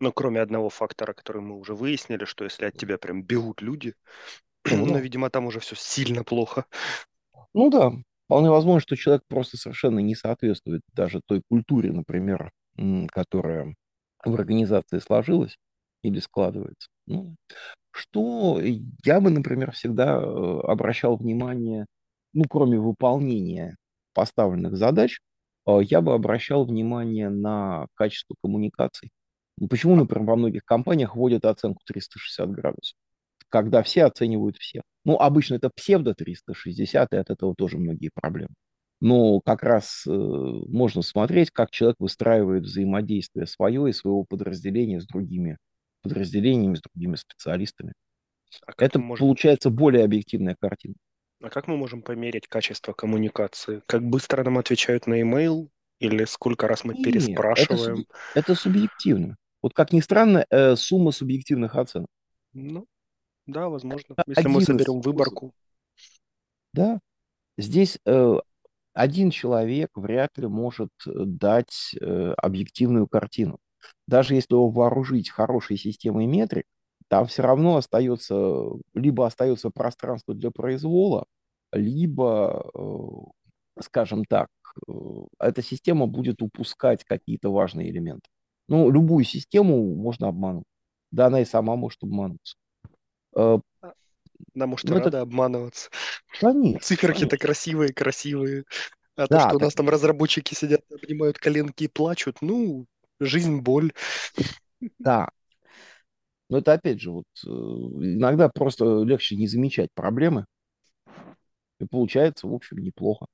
Но кроме одного фактора, который мы уже выяснили, что если от тебя прям бегут люди, Ну но, да. видимо, там уже все сильно плохо. Ну да, вполне возможно, что человек просто совершенно не соответствует даже той культуре, например, которая в организации сложилась или складывается. Ну, что я бы, например, всегда обращал внимание, ну, кроме выполнения поставленных задач, я бы обращал внимание на качество коммуникаций. Ну, почему, например, во многих компаниях вводят оценку 360 градусов, когда все оценивают всех? Ну, обычно это псевдо 360, и от этого тоже многие проблемы. Но как раз можно смотреть, как человек выстраивает взаимодействие свое и своего подразделения с другими подразделениями, с другими специалистами. А как Это мы можем, получается более объективная картина. а как мы можем померить качество коммуникации? Как быстро нам отвечают на имейл? Или сколько раз мы Нет, это, переспрашиваем? это субъективно. Вот как ни странно, сумма субъективных оценок. Ну, да, возможно. Это Если мы один из соберем способов. выборку. Да, здесь один человек вряд ли может дать объективную картину. Даже если его вооружить хорошей системой метрик, там все равно остается пространство для произвола, либо, скажем так, э, эта система будет упускать какие-то важные элементы. Ну, любую систему можно обмануть. Да, она и сама может обмануться. Э, А, Нам, может, и Ну, это, рада обманываться. конечно, Циферки-то конечно. красивые, красивые. А то, Да, что у так, нас там разработчики сидят, обнимают коленки и плачут, ну, жизнь, боль. да. Но это опять же, вот иногда просто легче не замечать проблемы, и получается, в общем, неплохо.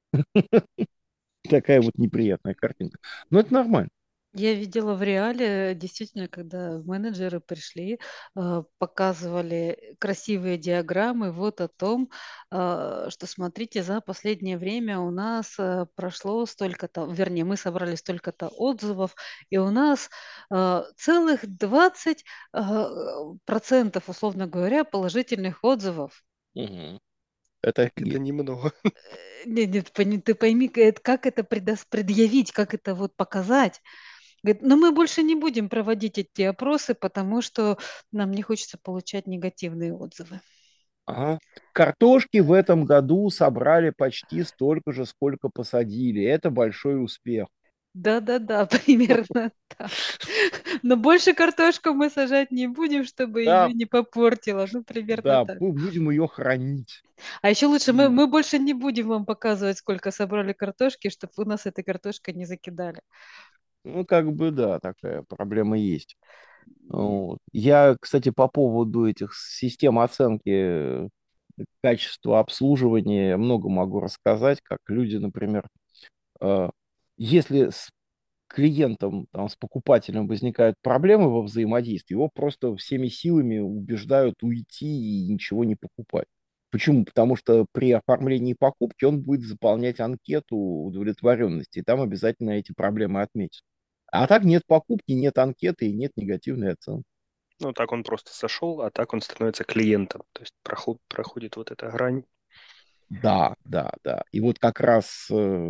Такая вот неприятная картинка. Но это нормально. Я видела в реале, действительно, когда менеджеры пришли, показывали красивые диаграммы вот о том, что смотрите, за последнее время у нас прошло столько-то, вернее, мы собрали столько-то отзывов, и у нас целых 20 процентов, условно говоря, положительных отзывов. Мгм. Это Так это офигеть. немного. Нет, нет, ты пойми, как это предъявить, как это вот показать. Говорит, но мы больше не будем проводить эти опросы, потому что нам не хочется получать негативные отзывы. Ага. Картошки в этом году собрали почти столько же, сколько посадили. Это большой успех. Да-да-да, примерно так. Но больше картошку мы сажать не будем, чтобы ее Да, не попортило. Ну, примерно да, так. будем ее хранить. А еще лучше мы, И, мы больше не будем вам показывать, сколько собрали картошки, чтобы вы нас этой картошкой не закидали. ну, как бы, да, такая проблема есть. Вот. Я, кстати, по поводу этих систем оценки качества обслуживания много могу рассказать, как люди, например, э, если с клиентом, там, с покупателем возникают проблемы во взаимодействии, его просто всеми силами убеждают уйти и ничего не покупать. Почему? Потому что при оформлении покупки он будет заполнять анкету удовлетворенности, и там обязательно эти проблемы отметят. А так нет покупки, нет анкеты и нет негативной оценки. Ну, так он просто сошел, а так он становится клиентом. То есть проходит вот эта грань. Да, да, да. И вот как раз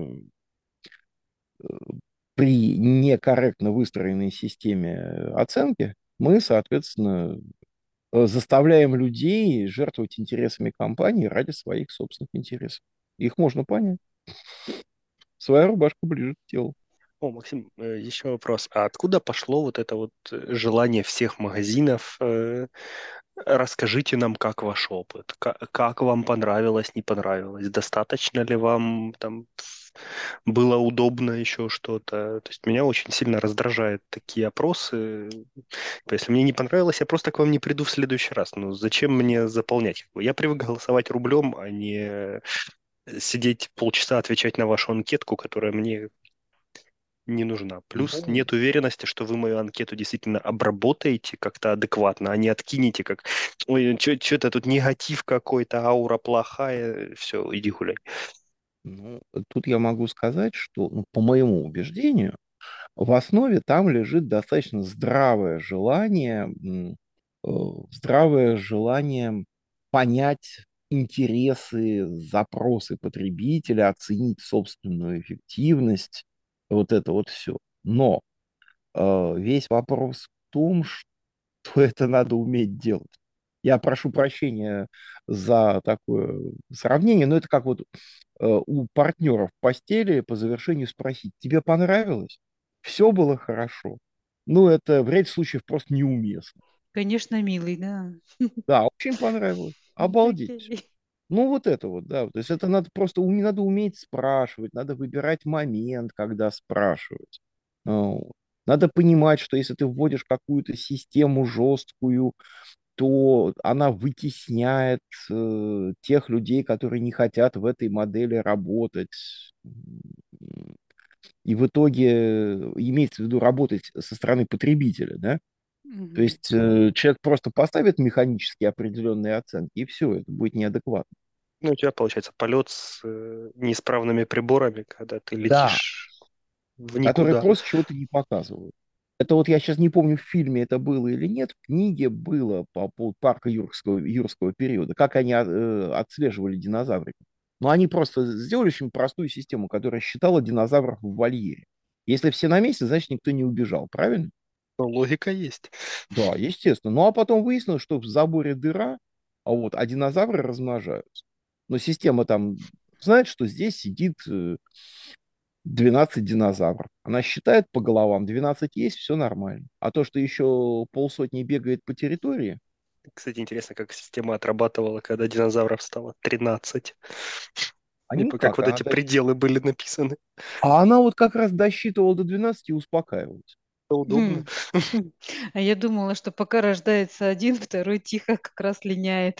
при некорректно выстроенной системе оценки мы, соответственно, заставляем людей жертвовать интересами компании ради своих собственных интересов. Их можно понять. Своя рубашка ближе к телу. О, Максим, еще вопрос. А откуда пошло вот это вот желание всех магазинов? Расскажите нам, как ваш опыт, как вам понравилось, не понравилось, достаточно ли вам там было удобно еще что-то. То есть меня очень сильно раздражают такие опросы. Если мне не понравилось, я просто к вам не приду в следующий раз. Ну, зачем мне заполнять? Я привык голосовать рублем, а не сидеть полчаса отвечать на вашу анкетку, которая мне не нужна. Плюс Ну, нет уверенности, что вы мою анкету действительно обработаете как-то адекватно, а не откинете как «Ой, что-то тут негатив какой-то, аура плохая, все, иди гуляй». ну, тут я могу сказать, что, ну, по моему убеждению, в основе там лежит достаточно здравое желание понять интересы, запросы потребителя, оценить собственную эффективность, вот это вот все. Но весь вопрос том, что это надо уметь делать. Я прошу прощения за такое сравнение, но это как вот у партнеров в постели по завершению спросить: тебе понравилось? Все было хорошо? Ну, это в ряде случаев просто неуместно. Конечно, милый, да. Да, очень понравилось. Обалдеть. Окей. Ну, вот это вот, да. То есть это надо просто надо уметь спрашивать, надо выбирать момент, когда спрашивать. Вот. Надо понимать, что если ты вводишь какую-то систему жесткую, то она вытесняет тех людей, которые не хотят в этой модели работать. И в итоге имеется в виду работать со стороны потребителя, да? То Мгм. есть человек просто поставит механически определенные оценки, и все, это будет неадекватно. Ну, у тебя получается полет с неисправными приборами, когда ты Да, летишь в которые никуда. просто чего-то не показывают. Это вот я сейчас не помню, в фильме это было или нет, в книге было по поводу парка юрского периода, как они отслеживали динозавриков. Но они просто сделали очень простую систему, которая считала динозавров в вольере. Если все на месте, значит, никто не убежал, правильно? Но логика есть. Да, естественно. Ну, а потом выяснилось, что в заборе дыра, а динозавры размножаются. Но система там знает, что здесь сидит 12 динозавров. Она считает по головам, 12 есть, все нормально. А то, что еще полсотни бегает по территории, Кстати, интересно, как система отрабатывала, когда динозавров стало 13. а И как никак. вот эти пределы были написаны. А она вот как раз досчитывала до 12 и успокаивалась. Это удобно. Хм. Хм. А я думала, что пока рождается один, второй тихо как раз линяет.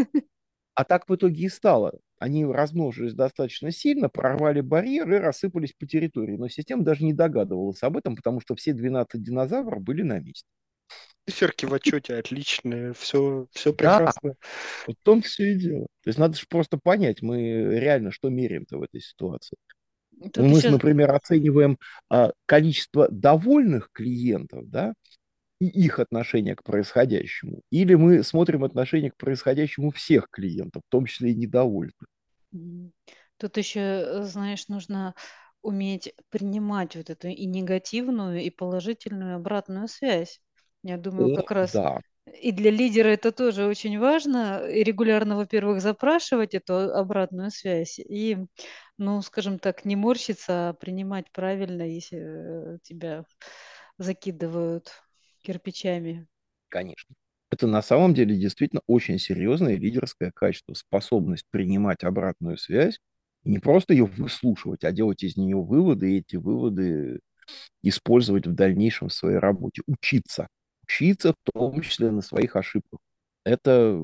А так в итоге и стало. Они размножились достаточно сильно, прорвали барьер и рассыпались по территории. Но система даже не догадывалась об этом, потому что все 12 динозавров были на месте. Циферки в отчете отличные, все Да, прекрасно. вот в том все и дело. То есть надо же просто понять, мы реально что меряем-то в этой ситуации. Тут Мы, еще например, оцениваем количество довольных клиентов, да, и их отношение к происходящему. Или мы смотрим отношение к происходящему всех клиентов, в том числе и недовольных. Мгм. Тут еще, знаешь, нужно уметь принимать вот эту и негативную, и положительную обратную связь. Я думаю, О, как раз да, и для лидера это тоже очень важно, и регулярно, во-первых, запрашивать эту обратную связь, и, ну, скажем так, не морщиться, а принимать правильно, если тебя закидывают кирпичами. конечно. Это на самом деле действительно очень серьезное лидерское качество, способность принимать обратную связь и не просто ее выслушивать, а делать из нее выводы, и эти выводы использовать в дальнейшем в своей работе. Учиться. Учиться в том числе на своих ошибках. Это,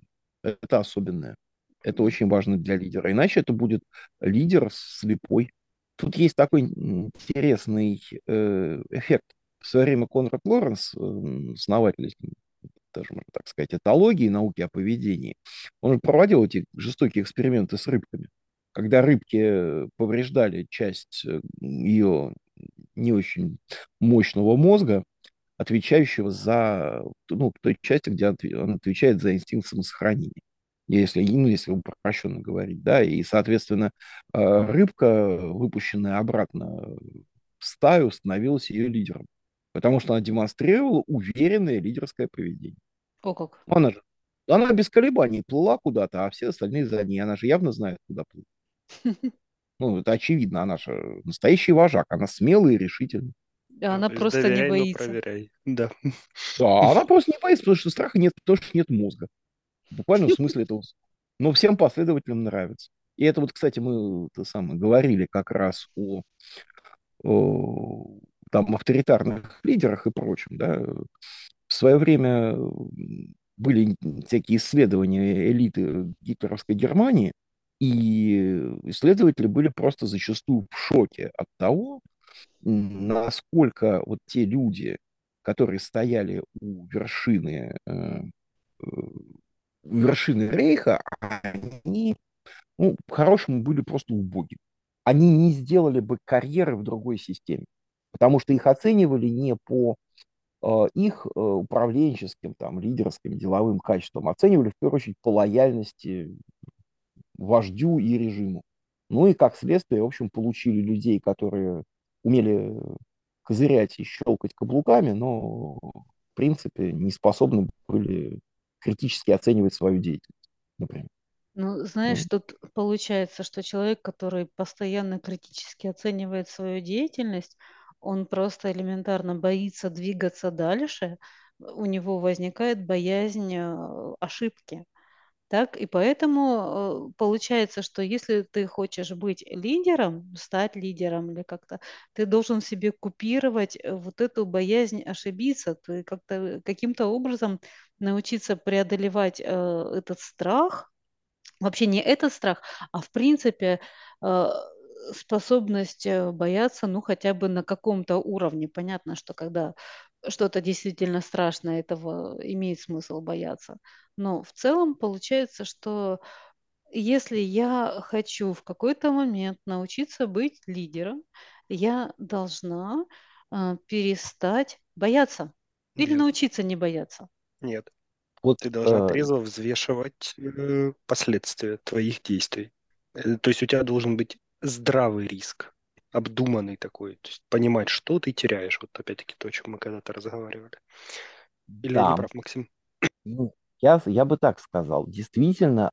это особенное. Это очень важно для лидера. Иначе это будет лидер слепой. Тут есть такой интересный эффект. В свое время Конрад Лоренс, основатель, даже можно так сказать, этологии, науки о поведении, он проводил эти жестокие эксперименты с рыбками. Когда рыбки повреждали часть ее не очень мощного мозга, отвечающего за, ну, той части, где он отвечает за инстинкт самосохранения. Если упрощенно говорить, да, и, соответственно, рыбка, выпущенная обратно в стаю, становилась ее лидером, потому что она демонстрировала уверенное лидерское поведение. О как. Она же, она без колебаний плыла куда-то, а все остальные за ней. Она же явно знает, куда плыть. Ну, это очевидно, она же настоящий вожак, она смелый и решительный. А Да, она то есть просто не доверяй, но боится. проверяй. Да. Да, она просто не боится, потому что страха нет, потому что нет мозга. В буквальном смысле этого слова. Но всем последователям нравится. И это вот, кстати, мы то самое, говорили как раз о там, авторитарных лидерах и прочем. Да. В свое время были всякие исследования элиты гитлеровской Германии, и исследователи были просто зачастую в шоке от того, насколько вот те люди, которые стояли у вершины Рейха, они, ну, по-хорошему, были просто убоги. Они не сделали бы карьеры в другой системе, потому что их оценивали не по их управленческим, там, лидерским, деловым качествам, оценивали в первую очередь по лояльности вождю и режиму. Ну и как следствие, в общем, получили людей, которые умели козырять и щелкать каблуками, но в принципе, не способны были критически оценивать свою деятельность, например. Ну, знаешь, Ну, тут получается, что человек, который постоянно критически оценивает свою деятельность, он просто элементарно боится двигаться дальше, у него возникает боязнь ошибки. Так, и поэтому получается, что если ты хочешь быть лидером, стать лидером или как-то, ты должен себе купировать вот эту боязнь ошибиться, ты как-то каким-то образом научиться преодолевать этот страх, вообще не этот страх, а в принципе э, способность бояться, ну, хотя бы на каком-то уровне. Понятно, что когда что-то действительно страшное, этого имеет смысл бояться. Но в целом получается, что если я хочу в какой-то момент научиться быть лидером, я должна перестать бояться или Нет, научиться не бояться. нет. вот Ты должна трезво взвешивать последствия твоих действий. То есть у тебя должен быть здравый риск, обдуманный такой. То есть понимать, что ты теряешь. Вот опять-таки то, о чем мы когда-то разговаривали. Или я не да, прав, Максим? ну, я бы так сказал, действительно,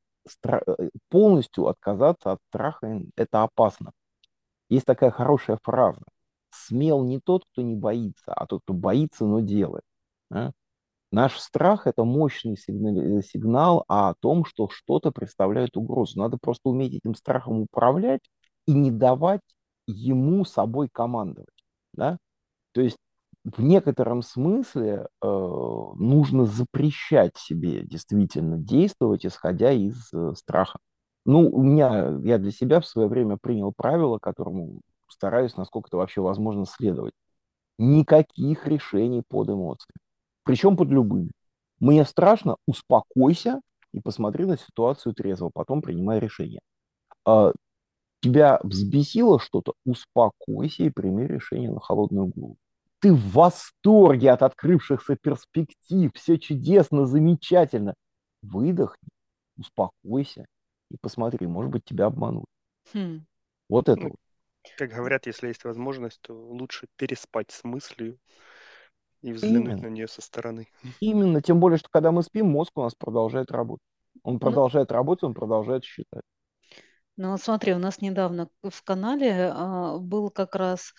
полностью отказаться от страха это опасно. Есть такая хорошая фраза. Смел не тот, кто не боится, а тот, кто боится, но делает. Да? Наш страх — это мощный сигнал о том, что что-то представляет угрозу. Надо просто уметь этим страхом управлять и не давать ему собой командовать. Да? То есть в некотором смысле нужно запрещать себе действительно действовать, исходя из страха. Ну, я для себя в свое время принял правило, которому стараюсь, насколько это вообще возможно, следовать. Никаких решений под эмоциями. Причем под любыми. Мне страшно, успокойся и посмотри на ситуацию трезво, потом принимай решение. А, тебя взбесило что-то, успокойся и прими решение на холодную голову. Ты в восторге от открывшихся перспектив, все чудесно, замечательно. Выдохни, успокойся и посмотри, может быть, тебя обманут. Хм. Вот это Ну, вот. как говорят, если есть возможность, то лучше переспать с мыслью и взглянуть Именно. на нее со стороны. Именно. Тем более, что когда мы спим, мозг у нас продолжает работать. Он Ну, продолжает работать, он продолжает считать. ну вот смотри, у нас недавно в канале был как раз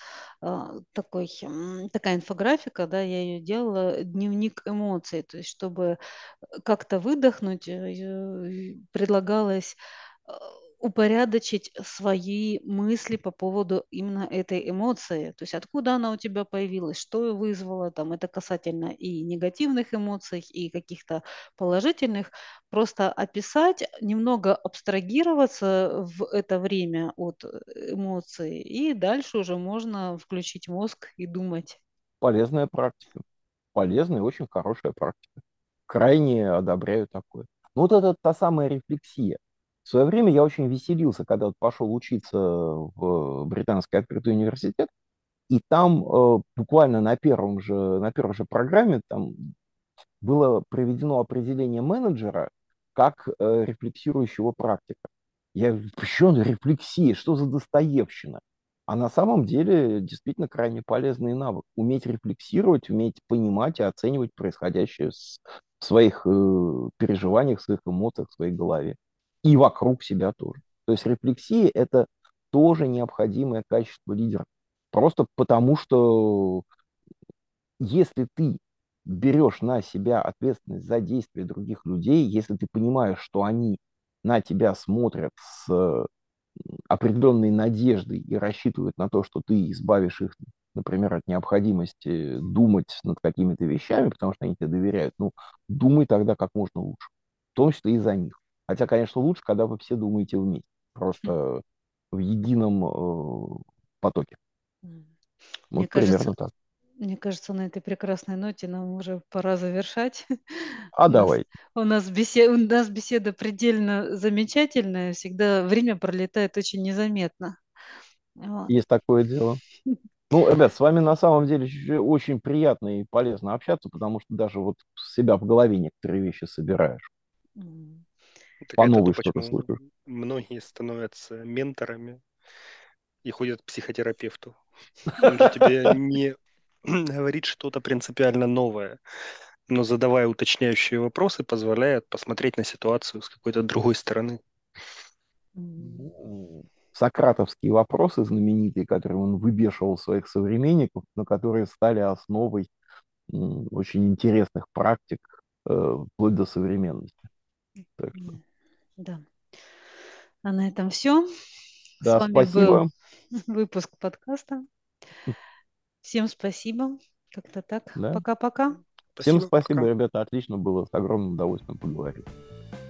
такая инфографика, да, я ее делала, дневник эмоций, то есть чтобы как-то выдохнуть, предлагалось э, упорядочить свои мысли по поводу именно этой эмоции. То есть откуда она у тебя появилась, что ее вызвало, там, это касательно и негативных эмоций, и каких-то положительных. Просто описать, немного абстрагироваться в это время от эмоций, и дальше уже можно включить мозг и думать. Полезная практика. Полезная и очень хорошая практика. Крайне одобряю такое. Ну, вот это та самая рефлексия. В свое время я очень веселился, когда вот пошел учиться в британский открытый университет, и там буквально на первой же программе там было проведено определение менеджера как рефлексирующего практика. Я говорю, почему рефлексия? Что за достоевщина? А на самом деле действительно крайне полезный навык. Уметь рефлексировать, уметь понимать и оценивать происходящее в своих переживаниях, в своих эмоциях, в своей голове. И вокруг себя тоже. То есть рефлексия — это тоже необходимое качество лидера. Просто потому, что если ты берешь на себя ответственность за действия других людей, если ты понимаешь, что они на тебя смотрят с определенной надеждой и рассчитывают на то, что ты избавишь их, например, от необходимости думать над какими-то вещами, потому что они тебе доверяют, ну, думай тогда как можно лучше, в том числе и за них. Хотя, конечно, лучше, когда вы все думаете вместе, просто в едином потоке. М. Мне Вот кажется, примерно так. Мне кажется, на этой прекрасной ноте нам уже пора завершать. А У нас, давай. у нас беседа предельно замечательная. Всегда время пролетает очень незаметно. Вот. Есть такое дело. Ну, ребят, с вами на самом деле очень приятно и полезно общаться, потому что даже вот с себя в голове некоторые вещи собираешь. М. Так По это то, новой что-то почему слышишь. многие становятся менторами и ходят к психотерапевту. Он же тебе не говорит что-то принципиально новое, но задавая уточняющие вопросы, позволяет посмотреть на ситуацию с какой-то другой стороны. Ну, сократовские вопросы знаменитые, которые он выбешивал своих современников, но которые стали основой очень интересных практик вплоть до современности. Так что, Да. А на этом все. С да, вами был спасибо. выпуск подкаста. Всем спасибо. Как-то так. Да. Пока-пока. Всем Спасибо, спасибо, пока. ребята, отлично было, с огромным удовольствием поговорить.